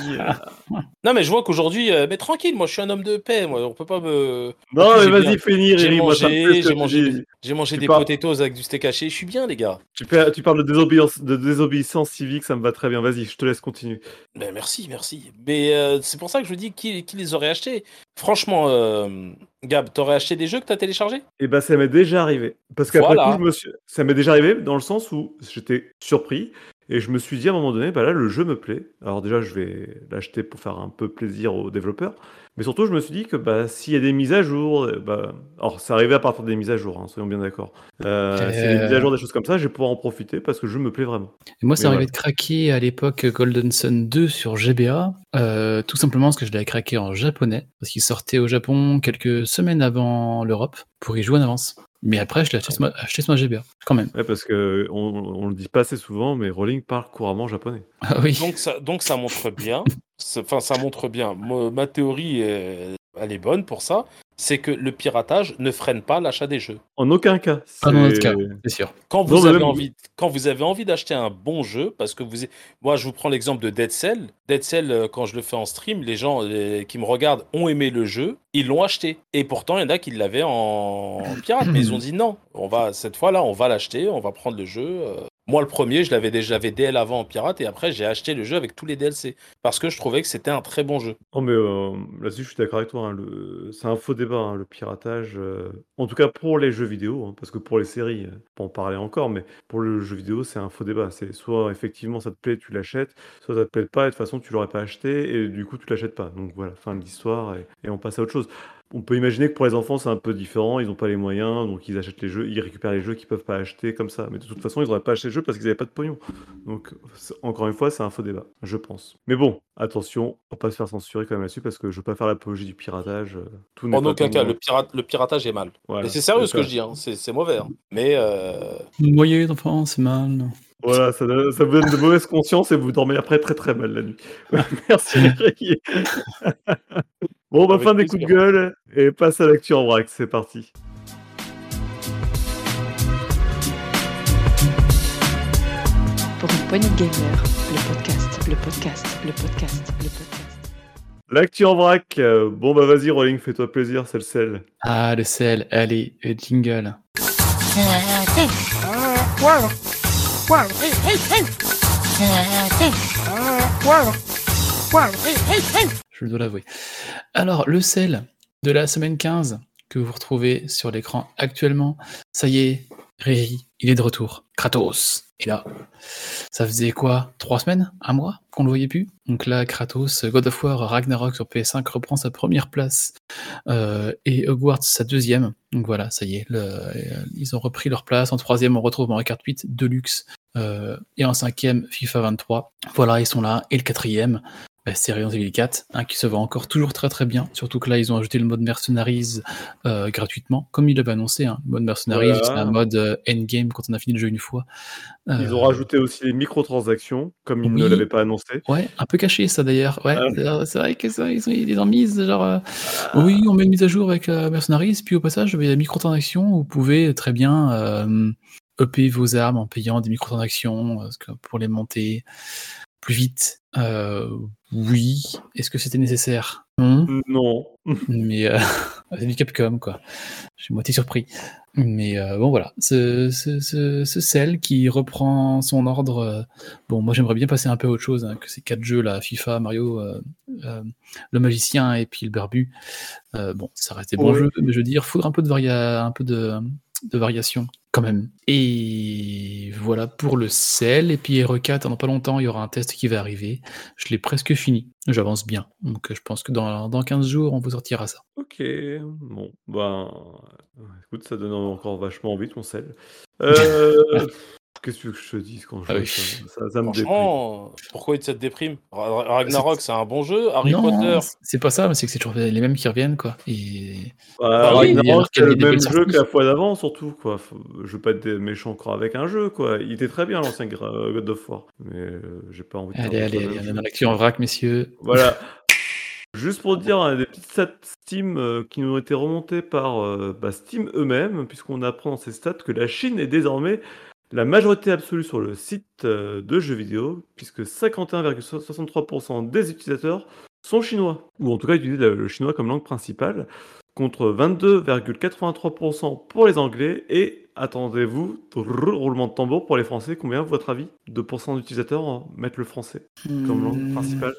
Non, mais je vois qu'aujourd'hui, euh, mais tranquille, moi je suis un homme de paix, moi, on peut pas me. Non, En plus, mais j'ai vas-y, bien- finis J'ai Riri, moi ça me plaît mangé, ce que j'ai tu mangé, dis. j'ai mangé Tu des parles- potatoes avec du steak haché, je suis bien, les gars. Tu, fais- tu parles de désobéissance, de désobéissance civique, ça me va très bien. Vas-y, je te laisse continuer. Ben merci, merci. Mais euh, c'est pour ça que je vous dis qui, qui les aurait achetés. Franchement, euh, Gab, t'aurais acheté des jeux que t'as téléchargés? Et bah, ça m'est déjà arrivé. Parce qu'après Voilà. coup, je me suis... ça m'est déjà arrivé dans le sens où j'étais surpris. Et je me suis dit à un moment donné, bah là, le jeu me plaît. Alors déjà, je vais l'acheter pour faire un peu plaisir aux développeurs. Mais surtout, je me suis dit que bah, s'il y a des mises à jour, euh, bah... alors c'est arrivé à partir des mises à jour, hein, soyons bien d'accord. Euh, Euh, S'il y a des mises à jour, des choses comme ça, je vais pouvoir en profiter parce que le jeu me plaît vraiment. Et moi, ça Mais arrivait voilà. de craquer à l'époque Golden Sun deux sur G B A, euh, tout simplement parce que je l'avais craqué en japonais, parce qu'il sortait au Japon quelques semaines avant l'Europe, pour y jouer en avance. Mais après, je l'ai acheté sur ma, acheté sur ma G B A, quand même. Ouais, parce que on, on le dit pas assez souvent, mais Rowling parle couramment japonais. Ah oui. Donc ça, donc ça montre bien. c'est- Enfin, ça montre bien. Moi, ma théorie, euh, elle est bonne pour ça. C'est que le piratage ne freine pas l'achat des jeux. En aucun cas. Pas dans notre c'est- cas, c'est sûr. Quand vous Non, mais avez même- envie, quand vous avez envie d'acheter un bon jeu, parce que vous, moi, je vous prends l'exemple de Dead Cell. Dead Cell, euh, quand je le fais en stream, les gens euh, qui me regardent ont aimé le jeu, ils l'ont acheté. Et pourtant, il y en a qui l'avaient en pirate, mais ils ont dit non. On va cette fois-là, on va l'acheter, on va prendre le jeu. euh. Moi, le premier, je l'avais déjà, j'avais D L avant en pirate, et après, j'ai acheté le jeu avec tous les D L C parce que je trouvais que c'était un très bon jeu. Non, mais euh, là-dessus, je suis d'accord avec toi. Hein, le... C'est un faux débat, hein, le piratage. euh, En tout cas, pour les jeux vidéo, hein, parce que pour les séries, euh, on peut en parler encore, mais pour le jeu vidéo, c'est un faux débat. C'est soit effectivement ça te plaît, tu l'achètes, soit ça te plaît pas, et de toute façon, tu l'aurais pas acheté, et du coup, tu l'achètes pas. Donc voilà, fin de l'histoire, et, et on passe à autre chose. On peut imaginer que pour les enfants, c'est un peu différent, ils n'ont pas les moyens, donc ils achètent les jeux, ils récupèrent les jeux qu'ils peuvent pas acheter comme ça. Mais de toute façon, ils n'auraient pas acheté le jeu parce qu'ils n'avaient pas de pognon. Donc, c'est- encore une fois, c'est un faux débat, je pense. Mais bon, attention, on va pas se faire censurer quand même là-dessus parce que je veux pas faire l'apologie du piratage. euh, Tout n'est En pas aucun bon, cas, hein. le, pirate, le piratage est mal. Voilà, Et c'est sérieux c'est ce que ça. je dis, hein. c'est c'est mauvais. hein. Mais euh, Moyen d'enfant, c'est mal. Voilà, ça, donne- ça vous donne de mauvaises consciences et vous dormez après très très mal la nuit. Merci, Ricky. Bon, bah, Avec fin des coups de gueule et passe à l'actu en vrac, c'est parti. Pour une poignée de gamers, le podcast, le podcast, le podcast, le podcast. L'actu en vrac, euh, bon bah vas-y Rolling, fais-toi plaisir, c'est le sel. Ah, le sel, allez, le jingle. Je dois l'avouer. Alors, le sel de la semaine quinze que vous retrouvez sur l'écran actuellement, ça y est, Riri, il est de retour. Kratos est là. Ça faisait quoi? Trois semaines? Un mois qu'on le voyait plus? Donc là, Kratos, God of War Ragnarok sur P S cinq reprend sa première place euh, et Hogwarts sa deuxième. Donc voilà, ça y est, le, euh, ils ont repris leur place. En troisième, on retrouve Mario Kart huit Deluxe. Euh, et en cinquième, FIFA vingt-trois. Voilà, ils sont là. Et le quatrième, Bah, c'est Resident Evil quatre, hein, qui se vend encore toujours très très bien. Surtout que là, ils ont ajouté le mode Mercenaries euh, gratuitement, comme ils l'avaient annoncé. Hein. Le mode Mercenaries, Voilà. c'est un mode euh, endgame quand on a fini le jeu une fois. Euh, Ils ont rajouté aussi les microtransactions, comme ils ne oui. l'avaient pas annoncé. Ouais, un peu caché ça d'ailleurs. Ouais, Ah. c'est- c'est vrai que ça, ils ont ils les ont mises genre. euh, Oui, on met une mise à jour avec euh, Mercenaries, puis au passage, il y a des microtransactions où vous pouvez très bien euh, upper vos armes en payant des microtransactions parce que pour les monter plus vite. Euh, oui. Est-ce que c'était nécessaire? Non. Non. Mais euh, c'est du Capcom, quoi. Je suis moitié surpris. Mais euh, bon, voilà. Ce, ce, ce, ce Cell qui reprend son ordre. euh, Bon, moi, j'aimerais bien passer un peu à autre chose hein, que ces quatre jeux, là, FIFA, Mario, euh, euh, le magicien et puis le barbu. Euh, bon, ça reste des bons Ouais. jeux, mais je veux dire, faudra un peu de, varia... un peu de, de variation, quand même. Et voilà pour le Cell. Et puis R E quatre, dans pas longtemps, il y aura un test qui va arriver. Je l'ai presque fini. J'avance bien. Donc je pense que dans, dans quinze jours, on vous sortira ça. Ok, bon, ben, euh, écoute, ça donne encore vachement envie ton sel. Euh, Qu'est-ce que tu veux que je te dise quand je Ah vois oui. ça, ça, ça me déprime. Franchement, pourquoi il te déprime? Ra- Ragnarok, c'est un bon jeu. Harry Non, Potter. c'est pas ça, mais c'est que c'est toujours les mêmes qui reviennent, quoi. Et Bah, Bah oui, Ragnarok, alors qu'il c'est y a le des même belles jeu sorties. que la fois d'avant, surtout, quoi. Faut- Je veux pas être méchant encore avec un jeu, quoi. Il était très bien, l'ancien Gra- God of War. Mais euh, j'ai pas envie de Allez, faire allez, le allez, même on est jeu. dans l'actu en vrac, messieurs. Voilà. Juste pour dire, hein, des petites stats Steam euh, qui nous ont été remontées par euh, bah, Steam eux-mêmes, puisqu'on apprend dans ces stats que la Chine est désormais la majorité absolue sur le site euh, de jeux vidéo, puisque cinquante et un virgule soixante-trois pour cent des utilisateurs sont chinois, ou en tout cas utilisent le chinois comme langue principale, contre vingt-deux virgule quatre-vingt-trois pour cent pour les anglais, et attendez-vous, trrr, roulement de tambour pour les français, combien, à votre avis, deux pour cent d'utilisateurs euh, mettent le français comme langue principale?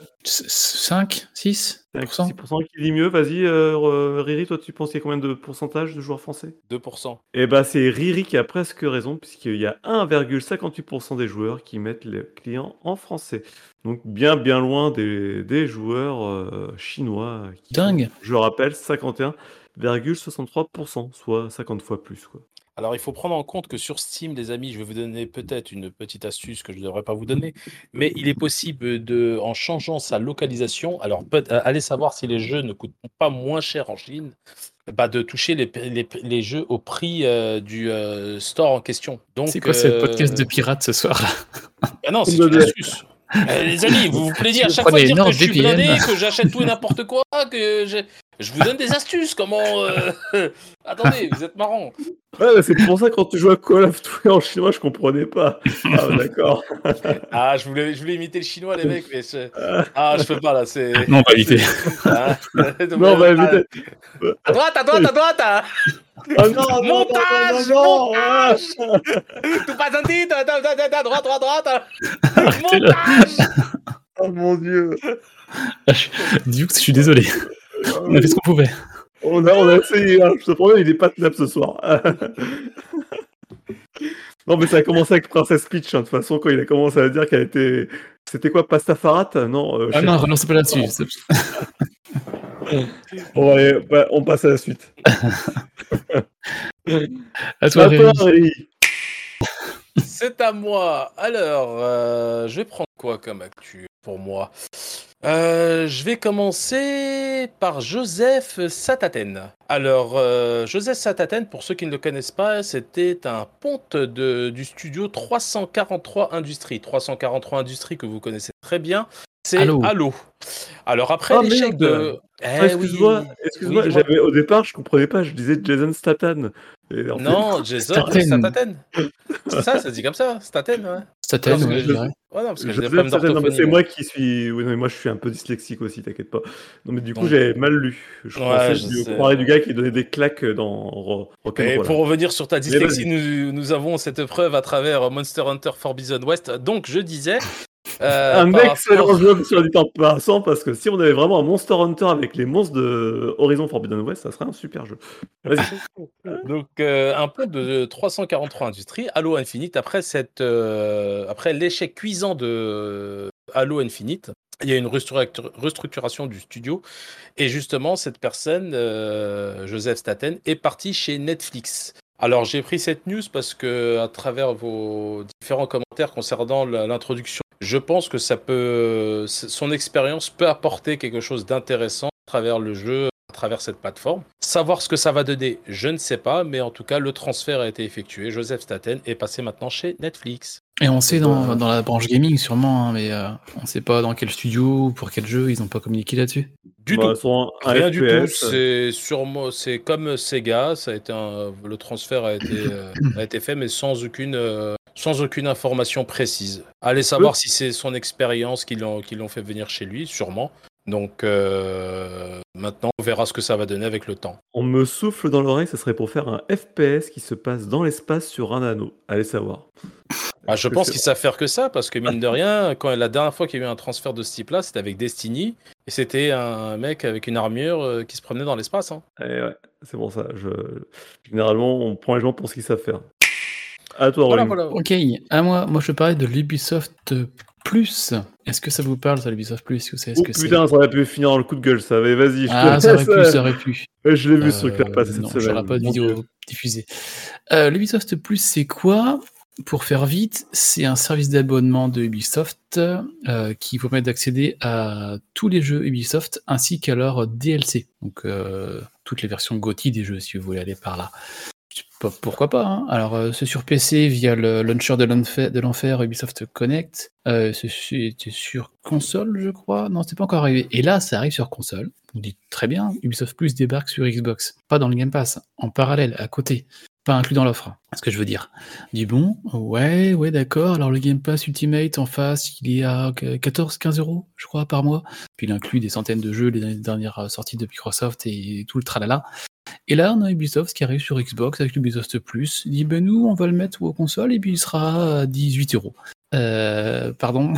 cinq, six pour cent. six pour cent qui dit mieux, vas-y, euh, euh, Riri, toi tu penses qu'il y a combien de pourcentage de joueurs français? deux pour cent. Eh bah c'est Riri qui a presque raison, puisqu'il y a un virgule cinquante-huit pour cent des joueurs qui mettent les clients en français. Donc bien bien loin des, des joueurs euh, chinois, qui sont, Dingue. je rappelle, cinquante et un virgule soixante-trois pour cent, soit cinquante fois plus, quoi. Alors, il faut prendre en compte que sur Steam, les amis, je vais vous donner peut-être une petite astuce que je ne devrais pas vous donner, mais il est possible de, en changeant sa localisation, alors peut, euh, allez savoir si les jeux ne coûtent pas moins cher en Chine, bah, de toucher les, les, les jeux au prix euh, du euh, store en question. Donc, C'est quoi ce euh, podcast de pirates ce soir? Ah non, c'est une astuce. Euh, les amis, vous vous plaisez à Vous chaque fois prenez dire que énorme je suis V P N. blindé, que j'achète tout et n'importe quoi, que j'ai- je vous donne des astuces. Comment euh, Attendez, vous êtes marrant. Ouais, bah, c'est pour ça que quand tu joues à Call of Duty en chinois, je comprenais pas. Ah d'accord. Ah, je voulais, je voulais imiter le chinois, les mecs, mais je... ah, je peux pas là. C'est Non, on va éviter. Ah, Non, bah éviter. à droite, à droite, à droite. hein. Ah non, non, non, Montage, non, non, non, montage. ouais. Tout pas senti. à droite, à droite, à droite. Arrêtez-le. Montage. Oh mon dieu. Dukes, je suis désolé. On a fait ce qu'on pouvait. On a, on a essayé, hein. Je te promets, il est pas tenable ce soir. Non, mais ça a commencé avec Princess Peach, hein. De toute façon, quand il a commencé à dire qu'elle était... C'était quoi, Pastafarat? Non, euh, je Ah sais non, pas. relancez pas là-dessus. Bon, allez, bah, on passe à la suite. À toi, À toi, Rémi. Rémi. C'est à moi. Alors, euh, je vais prendre quoi comme actu pour moi Euh, Je vais commencer par Joseph Sataten. Alors, euh, Joseph Sataten, pour ceux qui ne le connaissent pas, c'était un ponte de, du studio trois cent quarante-trois Industries. trois cent quarante-trois Industries que vous connaissez très bien. C'est Halo. Halo. Alors, après Ah, l'échec merde. de... Ah, Eh excuse-moi, oui. excuse-moi, Oui, dis-moi. j'avais au départ, je comprenais pas, je disais Jason Statham. Et en fait- Non, Jason Staten. Staten. C'est ça, ça se dit comme ça, Staten, ouais. Staten, Non, ouais, parce je que dirais. Ouais, non, parce que j'ai des Joseph problèmes Statham, non, mais d'orthophonie. c'est moi. moi qui suis. Oui, non, mais moi je suis un peu dyslexique aussi, t'inquiète pas. Non, mais du coup, Donc- j'ai mal lu. Je Ouais, pensais je du sais. croirais du gars qui donnait des claques dans Ro- Et Rock'n'Roll. pour revenir sur ta dyslexie, vas-y. nous, nous avons cette preuve à travers Monster Hunter Forbidden West. Donc, je disais. euh, Un par excellent rapport- jeu sur dit en passant, parce que si on avait vraiment un Monster Hunter avec les monstres de Horizon Forbidden West, ça serait un super jeu. Vas-y. Donc, euh, un pont de trois cent quarante-trois Industries, Halo Infinite, après, cette, euh, après l'échec cuisant de Halo Infinite, il y a une restructur- restructuration du studio. Et justement, cette personne, euh, Joseph Staten, est parti chez Netflix. Alors, j'ai pris cette news parce que, à travers vos différents commentaires concernant la- l'introduction je pense que ça peut, son expérience peut apporter quelque chose d'intéressant à travers le jeu, à travers cette plateforme. Savoir ce que ça va donner, je ne sais pas, mais en tout cas, le transfert a été effectué. Joseph Staten est passé maintenant chez Netflix. Et on sait dans, dans la branche gaming sûrement, hein, mais euh, on sait pas dans quel studio ou pour quel jeu, ils n'ont pas communiqué là-dessus. Du Bah, tout. sont un Rien F du P tout. S. C'est sûrement, c'est comme Sega, ça a été un, le transfert a été, euh, a été fait, mais sans aucune, euh, sans aucune information précise. Allez savoir si c'est son expérience qui l'ont, qui l'ont fait venir chez lui, sûrement. Donc euh, maintenant, on verra ce que ça va donner avec le temps. On me souffle dans l'oreille, ça serait pour faire un F P S qui se passe dans l'espace sur un anneau. Allez savoir. Ah, je que pense c'est- qu'ils savent faire que ça, parce que mine de rien, quand la dernière fois qu'il y a eu un transfert de ce type-là, c'était avec Destiny, et c'était un mec avec une armure euh, qui se promenait dans l'espace. Hein. Eh ouais, c'est pour ça. Je... Généralement, on prend les gens pour ce qu'ils savent faire. À toi, Voilà, Rolling. voilà. Ok, à moi, moi je parlais de l'Ubisoft Plus. Est-ce que ça vous parle, ça, l'Ubisoft Plus? Est-ce que vous savez ce Oh que c'est? putain, ça aurait pu finir dans le coup de gueule, ça. Mais vas-y, je te Ah, ça aurait laisse, pu, euh, ça aurait pu. ouais, je l'ai vu ce Euh, truc-là passer cette non, semaine. j'aurai pas de Mon vidéo Dieu. diffusée. Euh, L'Ubisoft Plus, c'est quoi? Pour faire vite, c'est un service d'abonnement de Ubisoft euh, qui vous permet d'accéder à tous les jeux Ubisoft ainsi qu'à leurs D L C. Donc euh, toutes les versions G O T Y des jeux, si vous voulez aller par là. P- Pourquoi pas, hein. Alors, euh, c'est sur P C via le launcher de l'enfer, de l'enfer Ubisoft Connect. Euh, c'est- C'était sur console, je crois. Non, c'est pas encore arrivé. Et là, ça arrive sur console. Vous dites très bien, Ubisoft Plus débarque sur Xbox. Pas dans le Game Pass, en parallèle, à côté. Pas inclus dans l'offre, c'est ce que je veux dire. Dis bon, ouais, ouais, d'accord. Alors, le Game Pass Ultimate en face, il est à quatorze quinze euros, je crois, par mois. Puis il inclut des centaines de jeux, les dernières sorties de Microsoft et tout le tralala. Et là, on a Ubisoft qui arrive sur Xbox avec l'Ubisoft Plus. Il dit, ben nous, on va le mettre aux consoles et puis il sera à dix-huit euros. Euh, pardon.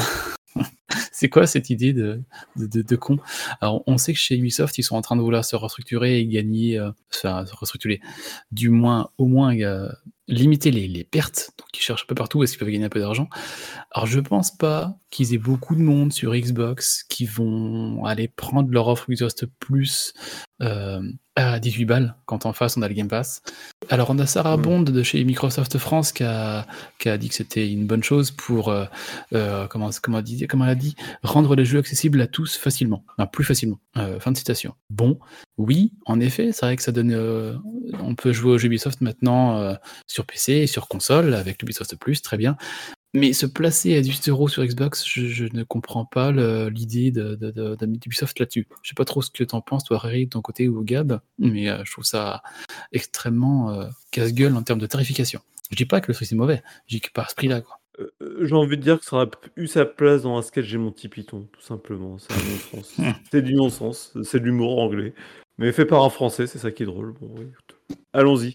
C'est quoi cette idée de, de, de, de con? Alors, on sait que chez Ubisoft, ils sont en train de vouloir se restructurer et gagner, euh, enfin, se restructurer, du moins, au moins, euh, limiter les, les pertes. Donc, ils cherchent un peu partout est-ce qu'ils peuvent gagner un peu d'argent. Alors, je pense pas qu'ils aient beaucoup de monde sur Xbox qui vont aller prendre leur offre Ubisoft Plus euh, à dix-huit balles quand en face on a le Game Pass. Alors, on a Sarah Mm. Bond de chez Microsoft France qui a, qui a dit que c'était une bonne chose pour, euh, euh, comment, comment, elle dit, comment elle a dit, rendre les jeux accessibles à tous facilement, enfin, plus facilement. Euh, fin de citation. Bon, oui, en effet, c'est vrai que ça donne. Euh, on peut jouer aux jeux Ubisoft maintenant euh, sur P C et sur console avec l'Ubisoft Plus, très bien. Mais se placer à dix-huit euros sur Xbox, je, je ne comprends pas le- l'idée de, de, de, de- d'Ubisoft là-dessus. Je sais pas trop ce que t'en penses, toi, Riri, de ton côté, ou Gab, mais euh, je trouve ça extrêmement euh, casse-gueule en termes de tarification. Je dis pas que le truc c'est mauvais, je dis que par ce prix-là, quoi. Euh, J'ai envie de dire que ça aurait eu sa place dans un sketch J'ai mon petit Python, tout simplement. C'est un non-sens. C'est du non-sens, c'est de l'humour anglais. Mais fait par un français, c'est ça qui est drôle. Bon, oui, écoute. Allons-y.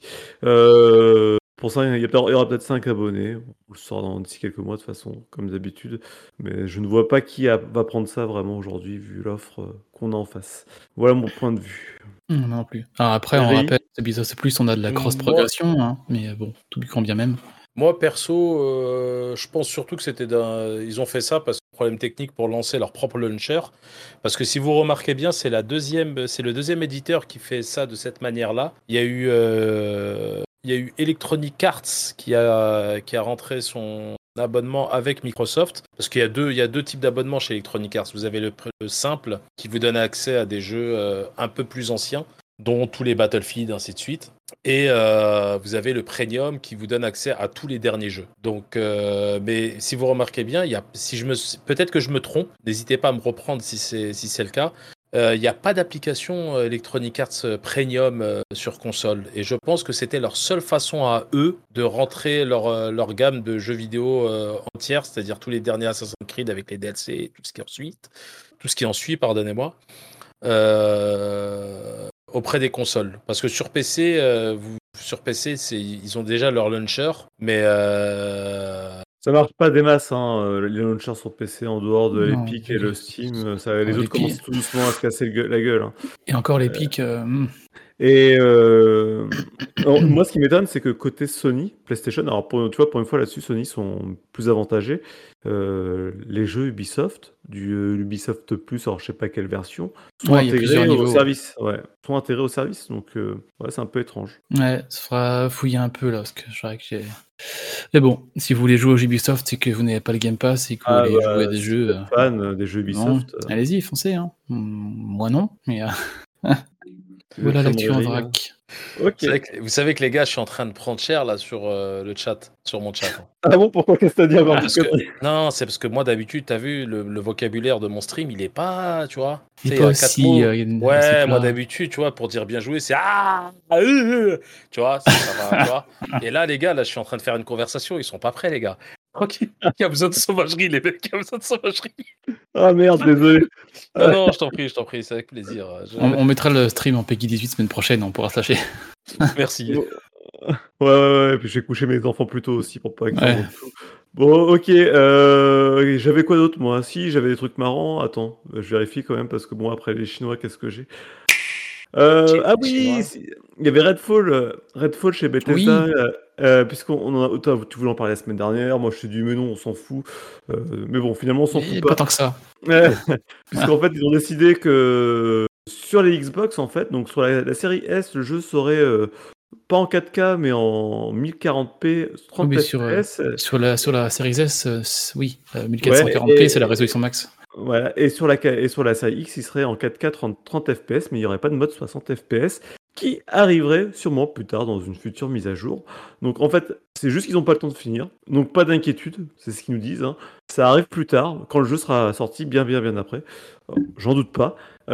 Euh, pour ça, il y, a peut- il y aura peut-être cinq abonnés. On le saura dans d'ici quelques mois, de toute façon, comme d'habitude. Mais je ne vois pas qui a- va prendre ça vraiment aujourd'hui, vu l'offre euh, qu'on a en face. Voilà mon point de vue. Hum, non plus. Alors après, on Riri. rappelle, Ubisoft Plus, on a de la Moi- cross-progression, hein, mais bon, tout quand bien même. Moi, perso, euh, je pense surtout que c'était d'un... Ils ont fait ça parce que problème technique pour lancer leur propre launcher. Parce que si vous remarquez bien, c'est la deuxième, c'est le deuxième éditeur qui fait ça de cette manière-là. Il y a eu, euh, il y a eu Electronic Arts qui a, qui a rentré son abonnement avec Microsoft. Parce qu'il y a deux, il y a deux types d'abonnements chez Electronic Arts. Vous avez le, le simple qui vous donne accès à des jeux euh, un peu plus anciens, dont tous les Battlefield, ainsi de suite. Et euh, vous avez le premium qui vous donne accès à tous les derniers jeux. Donc, euh, mais si vous remarquez bien, il y a, si je me, peut-être que je me trompe, n'hésitez pas à me reprendre si c'est, si c'est le cas. Euh, Il n'y a pas d'application euh, Electronic Arts euh, Premium euh, sur console. Et je pense que c'était leur seule façon à eux de rentrer leur, euh, leur gamme de jeux vidéo euh, entière, c'est-à-dire tous les derniers Assassin's Creed avec les D L C et tout ce qui en suit, tout ce qui en suit, pardonnez-moi. Euh, auprès des consoles, parce que sur P C, euh, vous, sur P C, c'est, ils ont déjà leur launcher, mais euh, Ça marche pas des masses, hein, euh, les launchers sur P C en dehors de Non, l'Epic et les- le Steam. Ça, les les autres commencent Epic- tout doucement à se casser le gue- la gueule. Hein. Et encore les pics, euh, hum. Et euh, Alors, moi, ce qui m'étonne, c'est que côté Sony, PlayStation, alors pour, tu vois, pour une fois là-dessus, Sony sont plus avantagés. Euh, les jeux Ubisoft, du euh, Ubisoft Plus, alors je sais pas quelle version, sont Ouais, il y a plusieurs intégrés au niveaux. service. Ouais, sont intégrés au service. Donc, euh, ouais, c'est un peu étrange. Ouais, ça fera fouiller un peu là, parce que je dirais que j'ai. Mais bon, si vous voulez jouer au Ubisoft et que vous n'avez pas le Game Pass et que vous Ah, voulez bah, jouer à des si jeux. vous êtes euh, fan euh, des jeux Non, Ubisoft, euh, allez-y, foncez. Hein. Mm, Moi non, mais euh, vous voilà êtes l'actu en chambrerie, hein. vrac. Ok. Vous savez, que, vous savez que les gars, je suis en train de prendre cher là sur euh, le chat, sur mon chat. hein. Ah bon, pourquoi qu'est-ce que t'as dit encore Ah, plus parce que conneries non, c'est parce que moi d'habitude, t'as vu le, le vocabulaire de mon stream, il est pas, tu vois. Il Tu est sais, pas à quatre aussi. mots. euh, assez Ouais, moi plat. d'habitude, tu vois, pour dire bien joué, c'est ah, euh, euh, tu vois, ça, ça va, tu vois. Et là, les gars, là, je suis en train de faire une conversation, ils sont pas prêts, les gars. Tranquille. Il y a besoin de sauvagerie, les mecs, il y a besoin de sauvagerie. Ah merde, désolé. Non, non, je t'en prie, je t'en prie, c'est avec plaisir. Je- On, on mettra le stream en Peggy dix-huit semaine prochaine, on pourra se lâcher. Merci. Ouais, ouais, ouais, ouais, puis j'ai couché mes enfants plus tôt aussi pour pas que ça Ouais. monte tout. Bon, ok, euh, j'avais quoi d'autre moi? Si, j'avais des trucs marrants. Attends, je vérifie quand même parce que bon, après les Chinois, qu'est-ce que j'ai? Euh, Qui- ah les oui, Chinois. si- il y avait Redfall, euh, Redfall chez Bethesda, Oui. euh, euh, puisqu'on on en a, toi, tu voulais en parler la semaine dernière, moi je suis du mais non, on s'en fout. Euh, mais bon, finalement, on s'en Mais fout pas pas. tant que ça. Ouais, puisqu'en fait, ils ont décidé que sur les Xbox, en fait, donc sur la, la série S, le jeu serait euh, pas en quatre K, mais en mille quarante p, Oui, trente mais sur, euh, F P S. sur, la, sur la Series S, euh, c- oui, euh, Ouais, mille quatre cent quarante p, et, c'est la résolution max. voilà, et sur la, ca- et sur la série X, il serait en quatre K trente, trente F P S, mais il n'y aurait pas de mode soixante F P S qui arriverait sûrement plus tard dans une future mise à jour. Donc en fait, c'est juste qu'ils n'ont pas le temps de finir. Donc pas d'inquiétude, c'est ce qu'ils nous disent. hein. Ça arrive plus tard, quand le jeu sera sorti, bien bien bien après. Alors, j'en doute pas.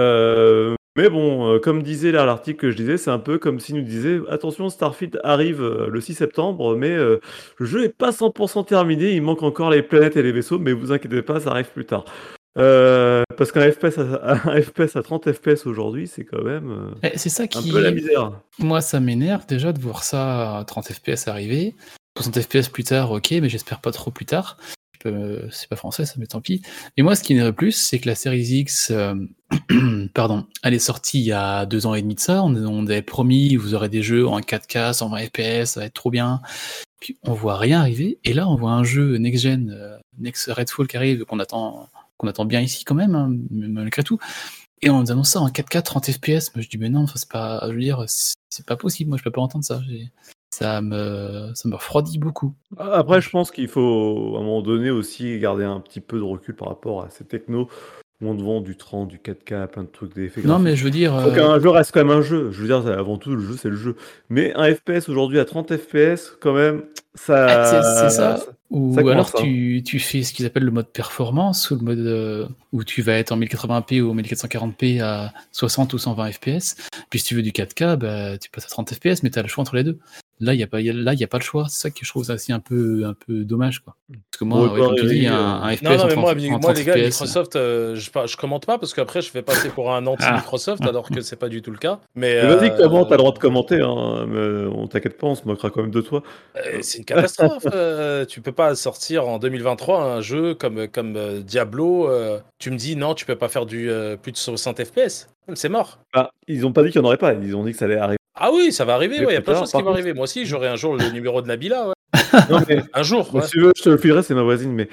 Euh, mais bon, euh, comme disait là l'article que je disais, c'est un peu comme s'ils nous disaient attention, Starfield arrive euh, le six septembre, mais euh, le jeu n'est pas cent pour cent terminé, il manque encore les planètes et les vaisseaux, mais vous inquiétez pas, ça arrive plus tard. Euh, parce qu'un F P S à, un F P S à trente F P S aujourd'hui, c'est quand même euh, Eh, C'est ça un qui. peu la misère. Moi, ça m'énerve déjà de voir ça à trente F P S arriver. soixante F P S plus tard, ok, mais j'espère pas trop plus tard. Je peux- C'est pas français, ça, mais tant pis. Et moi, ce qui m'énerve le plus, c'est que la Series X, euh, pardon, elle est sortie il y a deux ans et demi de ça. On, on avait promis, vous aurez des jeux en quatre K, cent vingt F P S, ça va être trop bien. Puis on voit rien arriver. Et là, on voit un jeu next-gen, euh, Next Redfall qui arrive, qu'on attend, qu'on attend bien ici quand même, hein, malgré tout. Et on nous annonce ça en quatre K, trente F P S. Moi, je dis, mais non, c'est pas, je veux dire, c'est c'est pas possible. Moi, je peux pas entendre ça. J'ai- Ça me, ça me refroidit beaucoup. Après, je pense qu'il faut à un moment donné aussi garder un petit peu de recul par rapport à ces technos où on te vend du trente, du quatre K, plein de trucs, des effets Non, graphiques. mais je veux dire, Faut euh, qu'un jeu reste quand même un jeu. Je veux dire, avant tout, le jeu, c'est le jeu. Mais un F P S aujourd'hui à trente F P S, quand même, ah, c'est ça. c'est ça. ça, Ou ça commence, alors hein. tu, tu fais ce qu'ils appellent le mode performance, ou le mode euh, où tu vas être en mille quatre-vingts p ou en mille quatre cent quarante p à soixante ou cent vingt F P S. Puis si tu veux du quatre K, bah, tu passes à trente F P S, mais tu as le choix entre les deux. Là, il n'y a, pas- y a- là, y a pas le choix. C'est ça que je trouve aussi un peu, un peu dommage. Quoi. Parce que moi, Bon, ouais, comme tu dis, euh, un, un F P Non, S non, en mais moi, trente, mi- en moi trente les gars, F P S. Microsoft, euh, je, par- je commente pas parce qu'après, je vais passer pour un Ah. anti-Microsoft alors que c'est pas du tout le cas. Mais Mais vas-y, euh, comment t'as le droit de commenter, hein. mais on t'inquiète pas, on se moquera quand même de toi. euh, c'est une catastrophe. euh, tu peux pas sortir en deux mille vingt-trois un jeu comme, comme euh, Diablo. euh, tu me dis non, tu peux pas faire du euh, plus de soixante F P S. C'est mort. Bah, ils ont pas dit qu'il n'y en aurait pas, ils ont dit que ça allait arriver. Ah oui, ça va arriver. Mais Il y a plus plein de tard, choses qui par vont contre- arriver. Moi aussi, j'aurai un jour le numéro de Nabila. ouais. Non, mais Un jour. bah, ouais. si tu veux, je te le filerai, c'est ma voisine, mais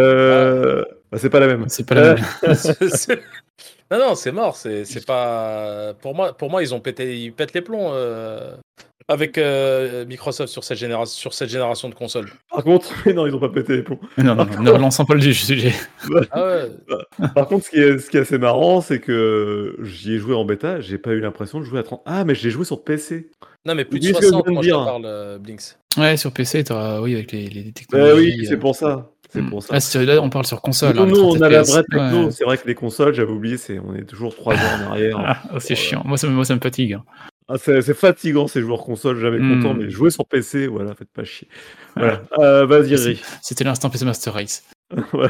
euh, bah, c'est pas la même. C'est pas la Euh, même. C'est- c'est- non, non, c'est mort. C'est c'est pas. Pour moi, pour moi, ils ont pété, ils pètent les plombs euh, avec euh, Microsoft sur cette génération, sur cette génération de consoles. Par contre, non, ils ont pas pété les plombs. Non, non, non, ne relançons pas le sujet. Ah ouais. Par contre, ce qui est, ce qui est assez marrant, c'est que j'y ai joué en bêta, j'ai pas eu l'impression de jouer à trente. Ah, mais j'ai joué sur P C. Non, mais plus de Vous voyez ce que je soixante, viens de moi je te dire parle, euh, Blinks. Ouais, sur P C, t'auras, oui, avec les, les Bah technologies. oui, c'est euh, pour ça. C'est hmm. pour ça. Ah, c'est- là, on parle sur console. Nous, hein, les nous, trente on a la F P S. vraie techno. Ouais. C'est vrai que les consoles, j'avais oublié, c'est, on est toujours trois ans en arrière. Ah, oh, c'est Voilà. chiant. Moi ça, me- moi, ça me fatigue. hein. Ah, c'est, c'est fatigant ces joueurs console, jamais Hmm. content, mais jouer sur P C, voilà, faites pas chier. Voilà. Voilà. Euh, vas-y, C'est- Ri. C'était l'instant P C Master Race. Voilà.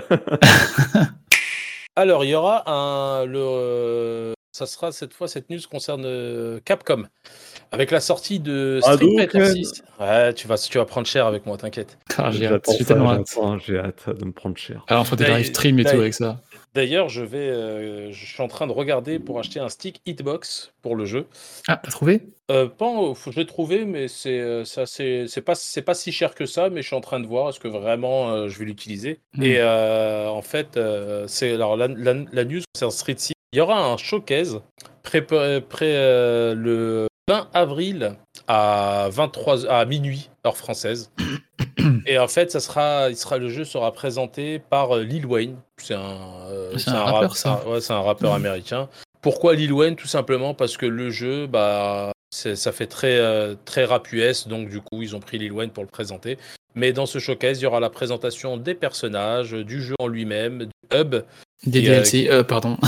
Alors, il y aura un. Le, euh, ça sera cette fois, cette news concerne euh, Capcom. Avec la sortie de Ah, Street donc, Fighter euh, six. Ouais, tu vas, tu vas prendre cher avec moi, t'inquiète. Ah, j'ai hâte. J'attends J'ai ça, tellement hâte. j'attends, j'ai hâte de me prendre cher. Alors, on fait des D'ailleurs- live stream et tout d'ailleurs- avec ça. D'ailleurs, je vais, euh, je suis en train de regarder pour acheter un stick Hitbox pour le jeu. Ah, t'as trouvé? Euh, pas, en- faut- je l'ai trouvé, mais c'est, euh, ça, c'est, c'est pas, c'est pas si cher que ça. Mais je suis en train de voir est-ce que vraiment euh, je vais l'utiliser. Hmm. Et euh, en fait, euh, c'est alors la, la, la news concerne Street Six. Il y aura un showcase pré, pré, pré- euh, le vingt avril à vingt-trois à minuit heure française. Et en fait, ça sera, il sera, le jeu sera présenté par euh, Lil Wayne. C'est un, euh, C'est un rappeur, rap- ça. un- ouais, c'est un rappeur américain. Pourquoi Lil Wayne? Tout simplement parce que le jeu, bah, c'est- ça fait très, euh, très rap U S, donc du coup, ils ont pris Lil Wayne pour le présenter. Mais dans ce showcase, il y aura la présentation des personnages, du jeu en lui-même, du hub. Des Et, euh, D L C, euh, pardon.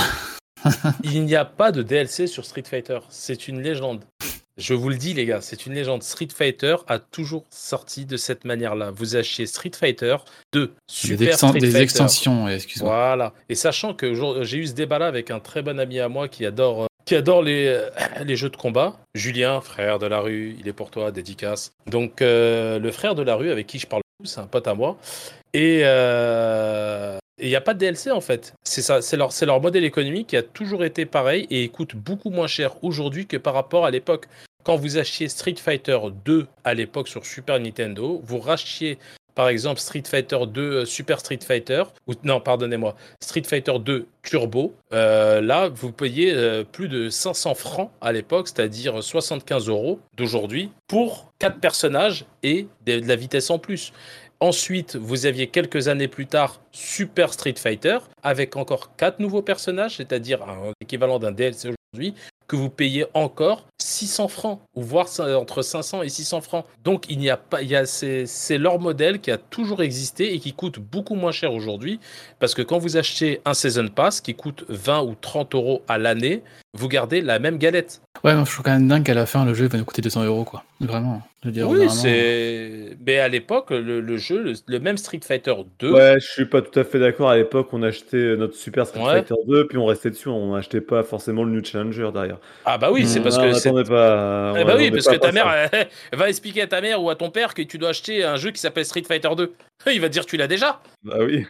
Il n'y a pas de D L C sur Street Fighter. C'est une légende. Je vous le dis, les gars, c'est une légende. Street Fighter a toujours sorti de cette manière-là. Vous achetez Street Fighter deux, Des, Super exten- Street des Fighter. extensions, ouais, excuse-moi. Voilà. Et sachant que jour- j'ai eu ce débat-là avec un très bon ami à moi qui adore, euh, qui adore les, euh, les jeux de combat. Julien, frère de la rue, il est pour toi, dédicace. Donc, euh, le frère de la rue avec qui je parle, c'est un pote à moi. Et euh, il n'y a pas de D L C en fait. C'est ça, c'est leur, c'est leur modèle économique qui a toujours été pareil et il coûte beaucoup moins cher aujourd'hui que par rapport à l'époque. Quand vous achetiez Street Fighter deux à l'époque sur Super Nintendo, vous rachetiez par exemple Street Fighter deux, euh, Super Street Fighter, ou non, pardonnez-moi, Street Fighter deux Turbo, euh, là, vous payez euh, plus de cinq cents francs à l'époque, c'est-à-dire soixante-quinze euros d'aujourd'hui, pour quatre personnages et de, de la vitesse en plus. Ensuite, vous aviez quelques années plus tard Super Street Fighter, avec encore quatre nouveaux personnages, c'est-à-dire un équivalent d'un D L C aujourd'hui, que vous payez encore six cents francs, ou voire entre cinq cents et six cents francs. Donc, il n'y a pas, il y a, c'est, c'est leur modèle qui a toujours existé et qui coûte beaucoup moins cher aujourd'hui, parce que quand vous achetez un Season Pass qui coûte vingt ou trente euros à l'année, vous gardez la même galette. Ouais, moi, je trouve quand même dingue qu'à la fin, le jeu va nous coûter deux cents euros, quoi. Vraiment. Je veux dire, Oui, vraiment... c'est. Mais à l'époque, le, le jeu, le, le même Street Fighter deux. Ouais, je suis pas tout à fait d'accord. À l'époque, on achetait notre Super Street Ouais. Fighter deux, puis on restait dessus. On n'achetait pas forcément le New Challenger derrière. Ah bah oui, c'est Mmh. parce Ah, que on c'est. n'attendait pas. Eh on bah oui, n'attendait parce pas que ta à ça. mère elle, elle va expliquer à ta mère ou à ton père que tu dois acheter un jeu qui s'appelle Street Fighter deux. Il va te dire tu l'as déjà. Bah oui.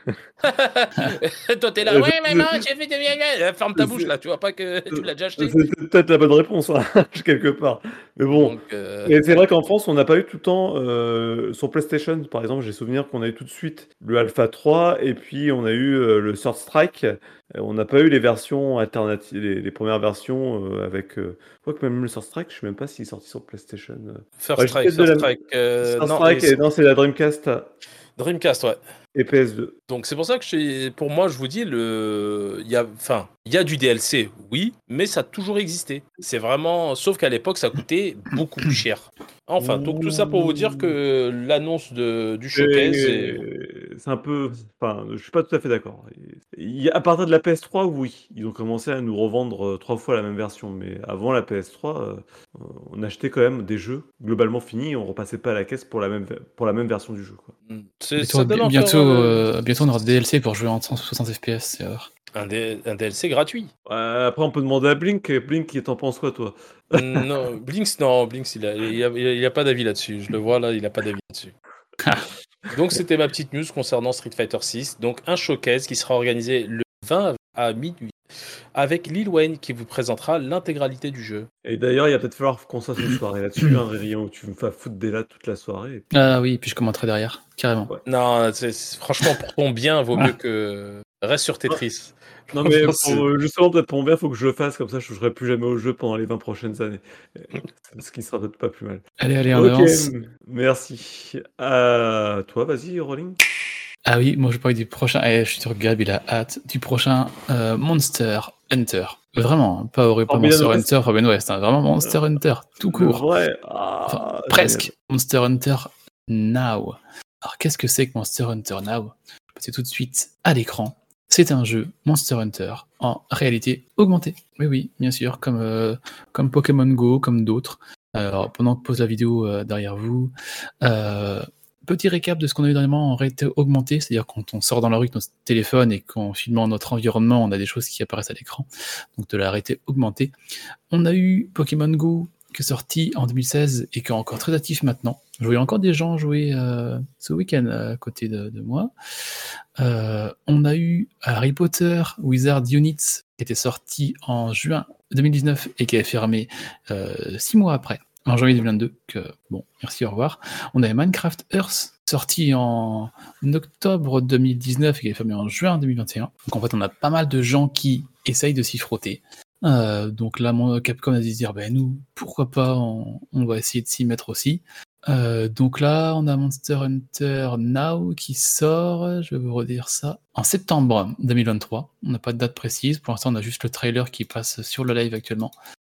Toi t'es là, Euh, ouais c'est- maman, j'ai fait des... Ferme ta c'est- bouche là, tu vois pas que tu l'as déjà acheté. C'est peut-être la bonne réponse, hein, quelque part. Mais bon. Donc, euh, Et c'est vrai qu'en France, on n'a pas eu tout le temps. euh, sur PlayStation, par exemple, j'ai souvenir qu'on a eu tout de suite le Alpha trois, et puis on a eu euh, le Third Strike. Euh, on n'a pas eu les versions alternatives, les, les premières versions euh, avec. Euh, je crois que même le Third Strike, je ne sais même pas s'il est sorti sur PlayStation. euh. First Ouais, je Strike, peut-être de First la- Strike. euh, Third non, Strike, et- et non, c'est la Dreamcast Dreamcast, ouais. et P S deux. Donc c'est pour ça que je suis- pour moi, je vous dis, le... il y a... Enfin, il y a du D L C, oui, mais ça a toujours existé. C'est vraiment... Sauf qu'à l'époque, ça coûtait beaucoup plus cher. Enfin, donc tout ça pour vous dire que l'annonce de... du showcase... Et- est- C'est un peu. Enfin, je suis pas tout à fait d'accord. Il y a- À partir de la P S trois, oui, ils ont commencé à nous revendre euh, trois fois la même version. Mais avant la P S trois, euh, euh, on achetait quand même des jeux globalement finis et on repassait pas à la caisse pour la même, pour la même version du jeu, quoi. C'est- Bientôt, ça donne encore, bientôt, euh, euh, bientôt, on aura des D L C pour jouer en cent soixante F P S. c'est alors. un, D- un D L C gratuit. Euh, après, on peut demander à Blink. Blink, il t'en pense quoi, toi? non, Blinks, non, Blinks, il a, il a, il a pas d'avis là-dessus. Je le vois là, il a pas d'avis là-dessus. Donc c'était ma petite news concernant Street Fighter six. Donc un showcase qui sera organisé le vingt à minuit avec Lil Wayne qui vous présentera l'intégralité du jeu. Et d'ailleurs, il va peut-être falloir qu'on se fasse une soirée là-dessus, hein, Ririon, où tu me fais foutre des lattes toute la soirée. et puis- Ah oui, puis je commenterai derrière, carrément. Ouais. Non, c'est- c'est- franchement pour ton bien, vaut mieux que reste sur Tetris. Non, mais C'est- pour- euh, justement, peut-être pour mon bien, il faut que je le fasse, comme ça je ne jouerai plus jamais au jeu pendant les vingt prochaines années. Euh, Ce qui sera peut-être pas plus mal. Allez, allez, on Ok, avance. merci. À toi, vas-y, Rolling. Ah oui, moi je parle du prochain. Eh, je suis sûr que Gab, il a hâte du prochain euh, Monster Hunter. Vraiment, hein, pas Ori, pas Forbidden Monster West. Hunter, Forbidden West, hein, vraiment Monster Hunter, tout court. Ouais. Ah, Enfin, génial. presque. Monster Hunter Now. Alors, qu'est-ce que c'est que Monster Hunter Now? Je passe tout de suite à l'écran. C'est un jeu Monster Hunter en réalité augmentée. Oui, oui, bien sûr, comme, euh, comme Pokémon Go, comme d'autres. Alors, pendant que pose la vidéo euh, derrière vous, euh, petit récap de ce qu'on a eu dernièrement en réalité augmentée, c'est-à-dire quand on sort dans la rue avec notre téléphone et qu'en filmant notre environnement, on a des choses qui apparaissent à l'écran, donc de la réalité augmentée. On a eu Pokémon Go qui est sorti en deux mille seize et qui est encore très actif maintenant. Je voyais encore des gens jouer euh, ce week-end à côté de, de moi. Euh, on a eu Harry Potter Wizard Units qui était sorti en juin deux mille dix-neuf et qui avait fermé euh, six mois après, en janvier deux mille vingt-deux. Que, bon, merci, au revoir. On avait Minecraft Earth sorti en octobre deux mille dix-neuf et qui avait fermé en juin deux mille vingt et un. Donc en fait, on a pas mal de gens qui essayent de s'y frotter. Euh, donc là, mon Capcom a dit se dire, ben nous, pourquoi pas, on, on va essayer de s'y mettre aussi. Euh, donc là, on a Monster Hunter Now qui sort, je vais vous redire ça, en septembre deux mille vingt-trois. On n'a pas de date précise, pour l'instant on a juste le trailer qui passe sur le live actuellement.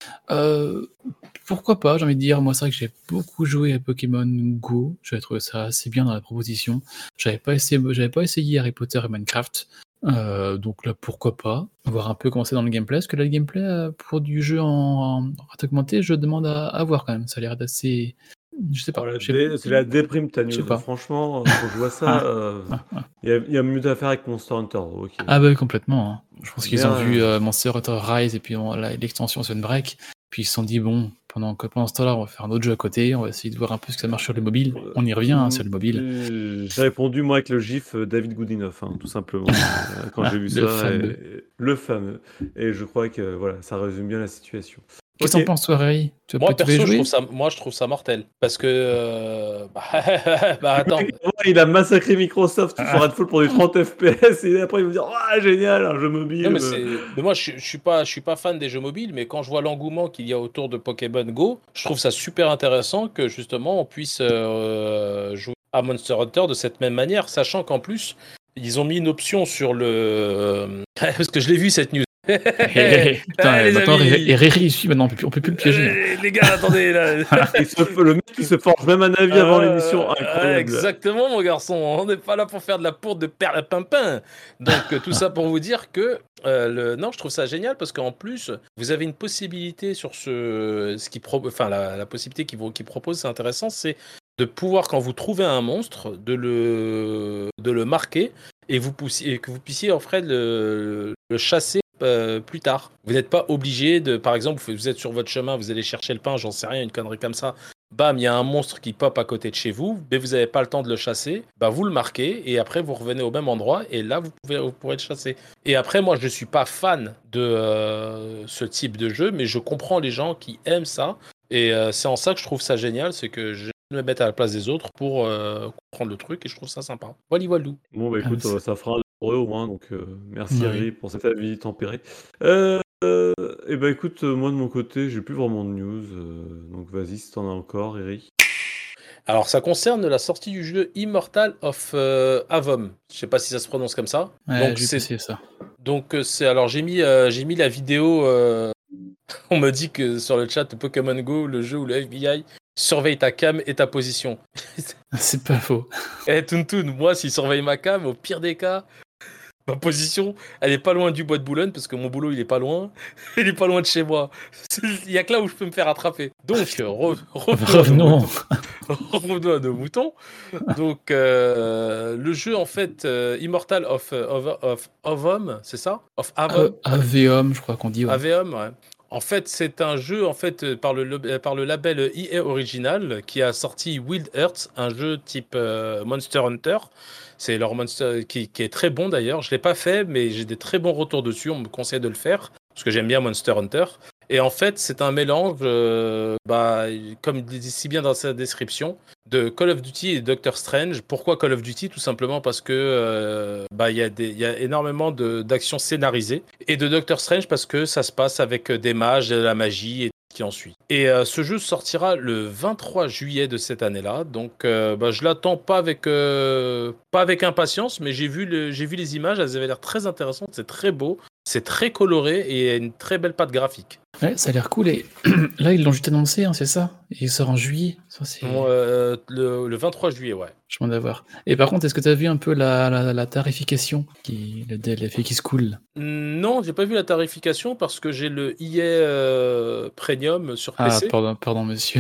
Euh, pourquoi pas, j'ai envie de dire, moi c'est vrai que j'ai beaucoup joué à Pokémon Go, j'avais trouvé ça assez bien dans la proposition. J'avais pas essayé, j'avais pas essayé Harry Potter et Minecraft. Euh, donc là, pourquoi pas voir un peu comment c'est dans le gameplay. Parce que là, le gameplay euh, pour du jeu en, en rate augmentée, je demande à, à voir quand même. Ça a l'air d'assez. Je sais pas. Oh, la je sais dé- pas. c'est la déprime ta Je sais news. pas. Franchement, euh, quand je vois ça, euh, il y, a- il y a mieux à faire avec Monster Hunter. Ok. Ah bah complètement. Hein. Je pense qu'ils Bien. ont vu euh, Monster Hunter Rise et puis on- la- l'extension Sunbreak. Puis ils se sont dit, bon, pendant, que- pendant ce temps-là, on va faire un autre jeu à côté. On va essayer de voir un peu ce que ça marche sur le mobile. On y revient hein, sur le mobile. Euh, J'ai répondu moi avec le gif euh, David Goodenough, hein, tout simplement, euh, quand Ah, j'ai vu le ça. fameux. et- le fameux. Et je crois que voilà, ça résume bien la situation. Qu'est-ce que Ok. t'en penses, toi, Ray? Tu Moi, tu vas y perso, je jouer trouve ça, moi, je trouve ça mortel. Parce que. euh, Bah, bah, attends. Le mec, il a massacré Microsoft sur Redfall pour du trente F P S et après il va dire ah génial un jeu mobile. Non, mais, euh. c'est... mais moi, je, je suis pas, je suis pas fan des jeux mobiles, mais quand je vois l'engouement qu'il y a autour de Pokémon Go, je trouve ça super intéressant que justement on puisse euh, jouer à Monster Hunter de cette même manière, sachant qu'en plus, ils ont mis une option sur le. Parce que je l'ai vu cette news. Hé, hé, hé, Putain, Eh, les maintenant, amis. et Riri ici, maintenant, on peut plus, on peut plus le piéger. hein. Euh, les gars, attendez là. Il se- le mec qui se forge même un avis avant Euh, l'émission, incroyable. Exactement, mon garçon. On n'est pas là pour faire de la pourde de perlimpinpin. Donc, euh, tout ça pour vous dire que euh, le... non, je trouve ça génial parce qu'en plus, vous avez une possibilité sur ce, ce qui pro... enfin la, la possibilité qu'il vous... qu'il propose, c'est intéressant, c'est de pouvoir quand vous trouvez un monstre, de le de le marquer et vous poussiez... et que vous puissiez en fait le, le chasser. Euh, plus tard. Vous n'êtes pas obligé de, par exemple, vous êtes sur votre chemin, vous allez chercher le pain, j'en sais rien, une connerie comme ça. Bam, il y a un monstre qui pop à côté de chez vous, mais vous n'avez pas le temps de le chasser. Bah, vous le marquez et après vous revenez au même endroit et là vous pouvez, vous pourrez le chasser. Et après, moi, je suis pas fan de euh, ce type de jeu, mais je comprends les gens qui aiment ça et euh, c'est en ça que je trouve ça génial, c'est que je me mettre à la place des autres pour euh, comprendre le truc et je trouve ça sympa. Voilà, voilà. Bon bah écoute, Ah, euh, ça fera un heureux au moins, donc euh, merci Ouais. Harry pour cet avis tempéré. Euh, euh, et bah écoute, euh, moi de mon côté, j'ai plus vraiment de news, euh, donc vas-y si t'en as encore, Eric. Alors, ça concerne la sortie du jeu Immortal of euh, Avom. Je sais pas si ça se prononce comme ça. Ouais, donc, j'ai c'est, essayé ça. donc euh, c'est alors j'ai mis euh, j'ai mis la vidéo. euh, On me dit que sur le chat de Pokémon Go, le jeu où le F B I surveille ta cam et ta position. C'est pas faux. Eh Toontoon, moi, s'il surveille ma cam, au pire des cas, ma position, elle est pas loin du bois de Boulogne parce que mon boulot, il est pas loin. Il est pas loin de chez moi. Il y a que là où je peux me faire attraper. Donc, re- revenons, Revenons. revenons à nos moutons. Donc, euh, le jeu, en fait, euh, Immortal of, of, of Avom, c'est ça? Of Avom? Euh, Aveum, je crois qu'on dit. Ouais. Aveum, ouais. En fait, c'est un jeu en fait euh, par le, le- par le label E A Original qui a sorti Wild Earth, un jeu type euh, Monster Hunter. C'est leur Monster qui, qui est très bon d'ailleurs. Je l'ai pas fait, mais j'ai des très bons retours dessus. On me conseille de le faire parce que j'aime bien Monster Hunter. Et en fait, c'est un mélange, euh, bah, comme il dit si bien dans sa description, de Call of Duty et Doctor Strange. Pourquoi Call of Duty? Tout simplement parce que euh, bah, il y a des, il y a énormément de, d'actions scénarisées. Et de Doctor Strange parce que ça se passe avec des mages, de la magie et tout ce qui en suit. Et euh, ce jeu sortira le vingt-trois juillet de cette année-là. Donc euh, bah, je l'attends pas avec, euh, pas avec impatience, mais j'ai vu, le, j'ai vu les images, elles avaient l'air très intéressantes, c'est très beau. C'est très coloré et une très belle patte graphique. Ouais, ça a l'air cool. Et là, ils l'ont juste annoncé, hein, c'est ça? Et il sort en juillet. Ça, c'est... Euh, le, le vingt-trois juillet, ouais. Je m'en d'avoir. Et par contre, est-ce que tu as vu un peu la, la, la tarification, qui, le D L F qui se coule? Non, j'ai pas vu la tarification parce que j'ai le E A euh, Premium sur P Ah, C. pardon, pardon, monsieur.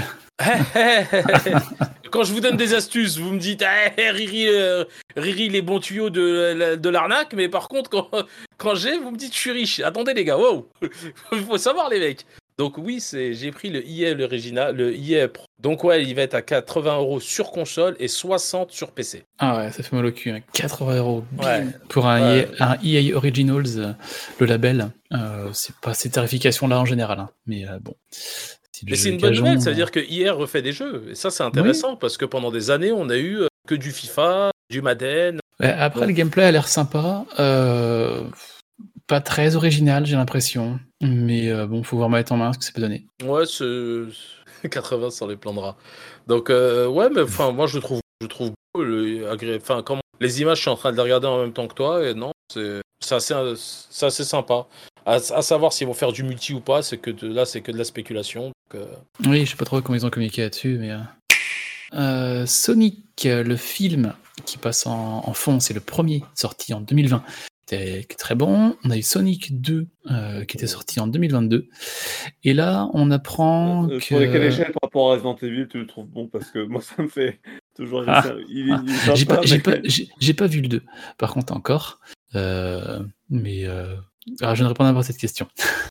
Quand je vous donne des astuces, vous me dites eh, Riri, euh, Riri, les bons tuyaux de, de l'arnaque, mais par contre, quand, quand j'ai, vous me dites je suis riche. Attendez, les gars, wow! Il faut savoir, les mecs. Donc oui, c'est, j'ai pris le I A l'original, le I A Pro. Donc ouais, il va être à quatre-vingts euros sur console et soixante sur P C. Ah ouais, ça fait mal au cul. Hein. quatre-vingts euros Ouais. pour un, Ouais. E A, un E A Originals, euh, le label. Euh, c'est pas ces tarifications-là en général. Hein. Mais euh, bon. Si le Mais jeu c'est est une bonne gageant, nouvelle, ça veut euh, dire que I A refait des jeux. Et ça, c'est intéressant parce que pendant des années, on a eu euh, que du FIFA, du Madden. ouais, après, Donc- le gameplay a l'air sympa. Euh, pas très original, j'ai l'impression. Mais euh, bon, faut voir mettre en main ce que ça peut donner. Ouais, c'est quatre-vingts sans les plaindra. Donc euh, ouais, mais enfin, moi je trouve, je trouve beau, le, agré... enfin, comme les images, je suis en train de les regarder en même temps que toi et non, c'est, c'est assez, c'est assez sympa. À, à savoir s'ils vont faire du multi ou pas, c'est que de, là, c'est que de la spéculation. Donc, euh... Oui, je sais pas trop comment ils ont communiqué là-dessus, mais. Euh... Euh, Sonic, le film qui passe en, en fond, c'est le premier sorti en deux mille vingt. C'était très bon. On a eu Sonic deux euh, qui était sorti en deux mille vingt-deux. Et là, on apprend Euh, que. Sur quelle échelle par rapport à Resident Evil tu le trouves bon? Parce que moi ça me fait toujours Ah. ça- il, est- il est sympa, J'ai pas, j'ai mais- pas, j'ai, j'ai pas vu le deux, par contre, encore. Euh, mais euh, alors, je ne répondrai pas à cette question.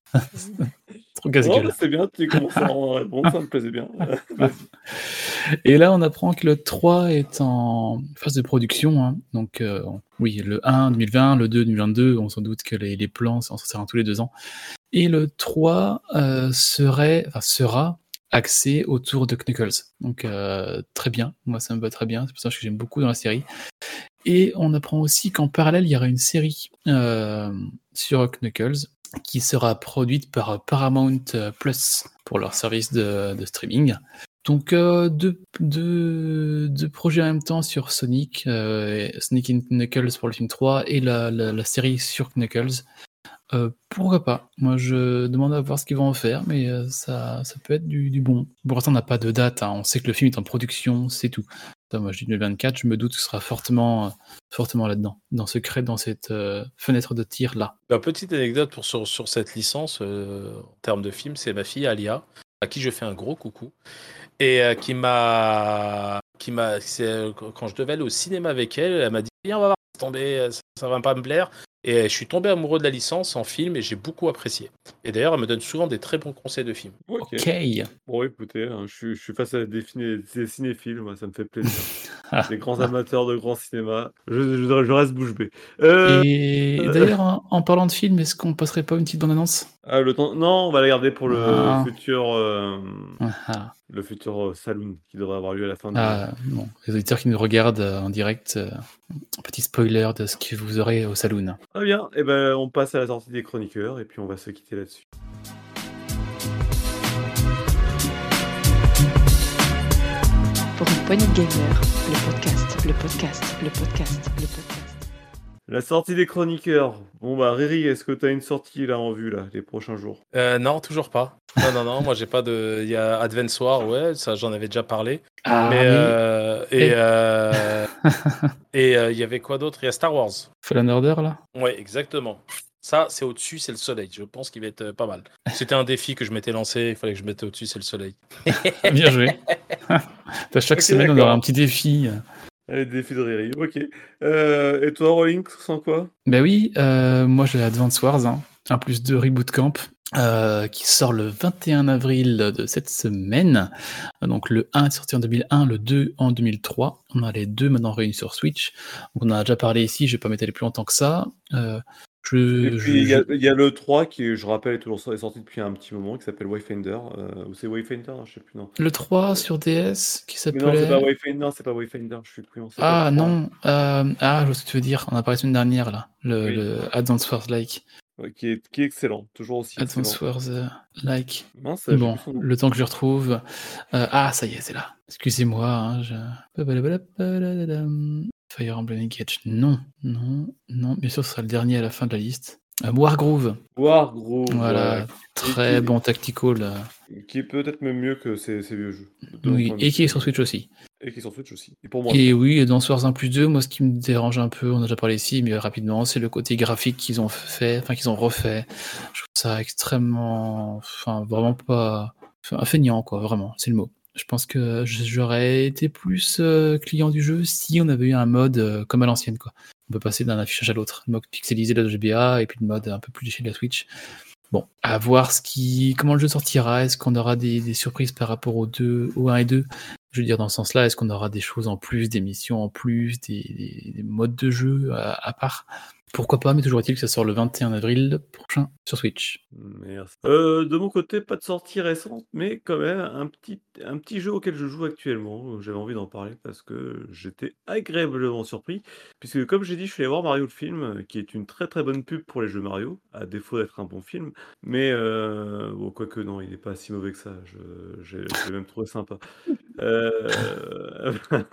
Trop Non, casse-gueule. mais c'est bien, tu commences à en répondre, ça me plaisait bien. Vas-y. Et là, on apprend que le trois est en phase de production. Hein. Donc, euh, oui, le un deux mille vingt, le deux deux mille vingt-deux, on s'en doute que les, les plans s'en sortiront tous les deux ans. Et le trois euh, serait, enfin, sera axé autour de Knuckles. Donc, euh, très bien. Moi, ça me va très bien. C'est pour ça que j'aime beaucoup dans la série. Et on apprend aussi qu'en parallèle, il y aura une série euh, sur Knuckles qui sera produite par Paramount Plus pour leur service de, de streaming. Donc euh, deux, deux, deux projets en même temps sur Sonic, euh, Sonic and Knuckles pour le film trois et la, la, la série sur Knuckles. Euh, pourquoi pas? Moi je demande à voir ce qu'ils vont en faire, mais euh, ça, ça peut être du, du bon. Pour l'instant on n'a pas de date, hein. On sait que le film est en production, c'est tout. Ça, moi je dis deux mille vingt-quatre, je me doute que ce sera fortement, euh, fortement là-dedans, dans ce cré, dans cette euh, fenêtre de tir là. Bah, petite anecdote pour, sur, sur cette licence, euh, en termes de film, c'est ma fille Alia, à qui je fais un gros coucou, et euh, qui m'a, qui m'a, c'est, quand je devais aller au cinéma avec elle, elle m'a dit viens on va voir, c'est tombé, ça, ça va pas me plaire. Et je suis tombé amoureux de la licence en film et j'ai beaucoup apprécié. Et d'ailleurs, elle me donne souvent des très bons conseils de films. Ok. Ok. Bon, écoutez, hein, je, suis, je suis face à des, ciné- des cinéphiles, moi, ça me fait plaisir. Des grands amateurs de grand cinéma. Je, je, je reste bouche bée. Euh, Et euh, d'ailleurs, en, en parlant de film, est-ce qu'on passerait pas une petite bande-annonce? ah, le temps... Non, on va la garder pour le Ah. futur, euh, Ah, le futur euh, saloon qui devrait avoir lieu à la fin de ah, bon, les auditeurs qui nous regardent euh, en direct, euh, un petit spoiler de ce que vous aurez au saloon. Très bien, et ben on passe à la sortie des chroniqueurs et puis on va se quitter là-dessus. Pour une poignée de gamer, le podcast, le podcast, le podcast, le podcast. La sortie des chroniqueurs. Bon bah Riri, est-ce que tu as une sortie là en vue là, les prochains jours? Euh, non, toujours pas. Non, non, non, moi j'ai pas de. Il y a Advance War, ouais, ça j'en avais déjà parlé. Ah, mais, mais euh, et Et- euh, et euh, il y avait quoi d'autre? Il y a Star Wars. Fallen Order, là? Ouais, exactement. Ça, c'est au-dessus, c'est le soleil. Je pense qu'il va être euh, pas mal. C'était un défi que je m'étais lancé. Il fallait que je mette au-dessus, c'est le soleil. Bien joué. T'as chaque Ok, semaine, on d'accord. aura un petit défi. Allez, défi de Riri, ok. Euh, et toi, Rolling, tu sens quoi? Bah oui, euh, moi j'ai Advance Wars, hein, un plus deux Reboot Camp, euh, qui sort le vingt et un avril de cette semaine. Donc le un est sorti en deux mille un, le deux en deux mille trois. On a les deux maintenant réunis sur Switch. Donc on en a déjà parlé ici, je vais pas m'étaler plus longtemps que ça. Euh, je, Et je- puis il y, a- je- il y a le trois qui, je rappelle, est toujours est sorti depuis un petit moment, qui s'appelle Wayfinder. Euh, ou c'est Wayfinder? Non, je sais plus, non. Le trois sur D S qui Mais non, c'est pas s'appelait... Wayfinder, non, c'est pas Wayfinder, je suis plus c'est Ah pas le trois. non, euh, ah je vois ce que tu veux dire, on a parlé la semaine dernière là, le, Oui. le Advance Wars like. Ouais, qui, est, qui est excellent, toujours aussi excellent. Advance Wars euh, like. Mince, j'ai Bon, plus son nom. le temps que je le retrouve. Euh, ah, ça y est, c'est là. Excusez-moi. Hein, je... Fire Emblem Engage. Non, non, non. Bien sûr, ce sera le dernier à la fin de la liste. Euh, Wargroove. Wargroove, Voilà, ouais, très qui- bon tactical. euh, qui est peut-être même mieux que ces, ces vieux jeux. de mon Oui, point de et vue. qui est sur Switch aussi. Et qui est sur Switch aussi. Et pour moi. Et oui, et dans Wars un plus deux, moi, ce qui me dérange un peu, on a déjà parlé ici, mais rapidement, c'est le côté graphique qu'ils ont fait, enfin, qu'ils ont refait. Je trouve ça extrêmement, enfin, vraiment pas, enfin, feignant, quoi, vraiment, c'est le mot. Je pense que j'aurais été plus euh, client du jeu si on avait eu un mode euh, comme à l'ancienne, quoi. On peut passer d'un affichage à l'autre, le mode pixelisé de la G B A et puis le mode un peu plus léché de la Switch. Bon, à voir ce qui, comment le jeu sortira. Est-ce qu'on aura des, des surprises par rapport aux deux, au un et deux? Je veux dire, dans ce sens-là, est-ce qu'on aura des choses en plus, des missions en plus, des, des- des modes de jeu à, à part? Pourquoi pas, mais toujours est-il que ça sort le vingt et un avril prochain sur Switch. Merci. Euh, de mon côté, pas de sortie récente, mais quand même un petit, un petit jeu auquel je joue actuellement. J'avais envie d'en parler parce que j'étais agréablement surpris. Puisque, comme j'ai dit, je suis allé voir Mario le film, euh, qui est une très très bonne pub pour les jeux Mario, à défaut d'être un bon film. Mais, euh, bon, quoique non, il n'est pas si mauvais que ça. Je, j'ai, je l'ai même trouvé sympa. Euh...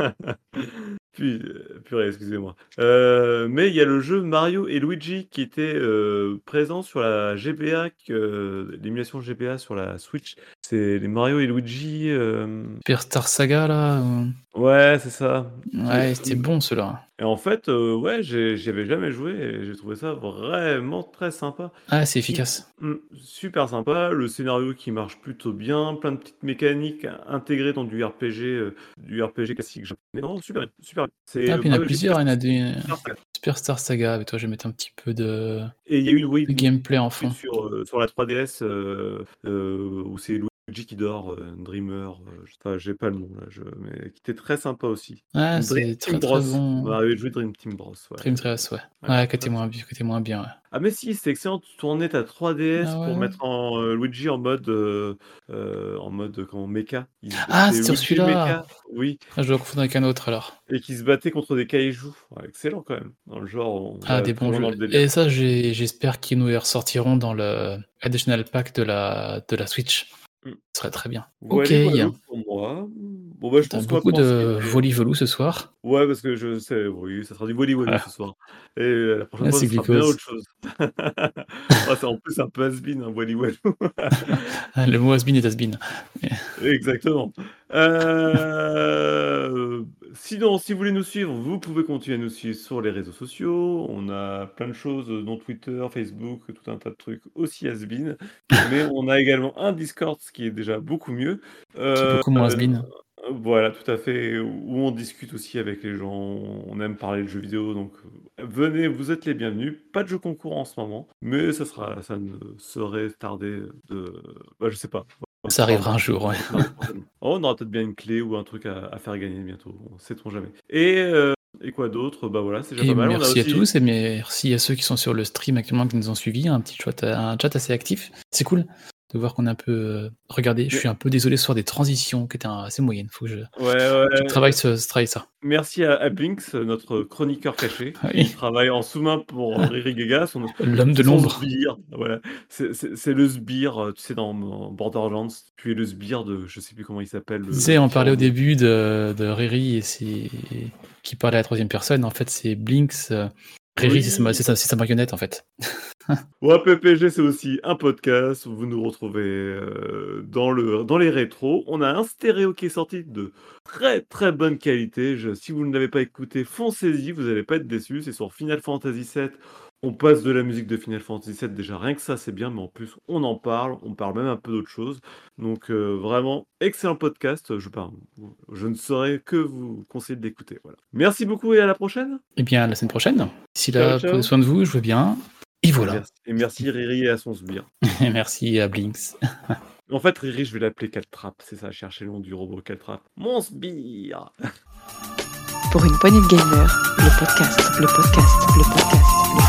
Puis, euh, purée, excusez-moi. Euh, mais il y a le jeu Mario et Luigi qui était euh, présent sur la G B A, que- l'émulation G B A sur la Switch. C'est les Mario et Luigi. euh, Superstar Saga, là. euh, Ouais, c'est ça. Qui- Ouais, c'était bon, ceux-là. Et en fait, euh, ouais, j'ai- j'y avais jamais joué et j'ai trouvé ça vraiment très sympa. Ah, c'est efficace. Mm, super sympa, le scénario qui marche plutôt bien, plein de petites mécaniques intégrées dans du R P G, euh, du R P G classique japonais. Non, super, bien, super. bien. C'est Ah, puis il y en a Mario et plusieurs. Il y en a des Superstar Saga. Superstar Saga. Avec toi, je vais mettre un petit peu de, Et il y a eu une de wave gameplay en fond. sur, euh, sur la trois D S euh, euh, où c'est Luigi qui dort, euh, Dreamer, euh, je sais pas, j'ai pas le nom là, je... mais qui était très sympa aussi. Ah, Dream c'est Team très très Bros. bon. Mario et Luigi Dream Team Bros. Ouais. Dream Trace, ouais. Ouais, Ouais, très côté moins, bien- côté moins bien, ouais. Ah mais si, c'est excellent, tu tournais ta trois D S Ah pour ouais. mettre en euh, Luigi en mode euh, euh, en mode euh, comment mecha. Il- Ah, c'est c'est sur Luigi celui-là. mecha, oui, Ah, je dois confondre avec un autre alors. et qui se battait contre des kaijus. Ouais, excellent quand même. Dans le genre, on Ah, va des très bons loin dans jeux. le délire. Et ça, j'ai- j'espère qu'ils nous les ressortiront dans le Additional Pack de la, de la Switch. Mm. Ce serait très bien. Voilà, Ok. voilà pour moi. Bon bah je T'as pense qu'on va beaucoup pouvoir se de quitter. voli-volou ce soir. Ouais, parce que je sais, oui, ça sera du volley Voilà. ce soir. Et euh, la prochaine Là, fois, c'est ce sera bien glucose. autre chose. Ah, c'est en plus un peu has-been, un volley Ah, le mot has-been est has-been. Exactement. Euh, Sinon, si vous voulez nous suivre, vous pouvez continuer à nous suivre sur les réseaux sociaux. On a plein de choses, dont Twitter, Facebook, tout un tas de trucs aussi has-been. Mais on a également un Discord, ce qui est déjà beaucoup mieux. C'est Euh, beaucoup moins has-been. Voilà, tout à fait, où on discute aussi avec les gens. On aime parler de jeux vidéo, donc euh, venez, vous êtes les bienvenus. Pas de jeux concours en ce moment, mais ça sera, ça ne saurait tarder de, bah, je sais pas. Ça arrivera un jour, ouais. Oh, on aura peut-être bien une clé ou un truc à, à faire gagner bientôt, on sait-on jamais. Et, euh, et quoi d'autre? Bah voilà, c'est déjà Et pas mal. On a merci à aussi- tous et merci à ceux qui sont sur le stream actuellement qui nous ont suivis. Un petit chat, un chat assez actif. C'est cool de voir qu'on est un peu euh, regardé. Je Mais- suis un peu désolé ce soir des transitions qui étaient un- assez moyennes. Faut que je, Ouais, ouais. je travaille, ce, ce- travaille ça. Merci à, à Blinks, notre chroniqueur caché, Oui. qui travaille en sous-main pour Riri Gaga. Son, L'homme de son l'ombre. sbire, voilà. C'est- C'est c'est le sbire, euh, tu sais, dans, dans Borderlands, tu es le sbire de, je sais plus comment il s'appelle. Tu sais, on parlait au début. début de, de Riri et c'est qui parlait à la troisième personne. En fait, c'est Blinks. euh, Riri, Oui. c'est sa, c'est sa- c'est sa marionnette en fait. Ouais, P P G, c'est aussi un podcast où vous nous retrouvez euh, dans, le, dans les rétros. On a un stéréo qui est sorti de très très bonne qualité. Je- si vous ne l'avez pas écouté, foncez-y, vous n'allez pas être déçus. C'est sur Final Fantasy sept. On passe de la musique de Final Fantasy sept, déjà rien que ça c'est bien, mais en plus on en parle, on parle même un peu d'autre chose. Donc euh, vraiment, excellent podcast. Je, parle, je ne saurais que vous conseiller de l'écouter. Voilà. Merci beaucoup et à la prochaine. Eh bien, à la semaine prochaine. D'ici là, Ciao, ciao. prenez soin de vous, je veux bien. Et voilà. Merci. Et merci Riri et à son sbire. Merci à Blinks. En fait, Riri, je vais l'appeler Caltrap, c'est ça, chercher le nom du robot Caltrap. Mon sbire. Pour une poignée de gamers, le podcast, le podcast, le podcast, le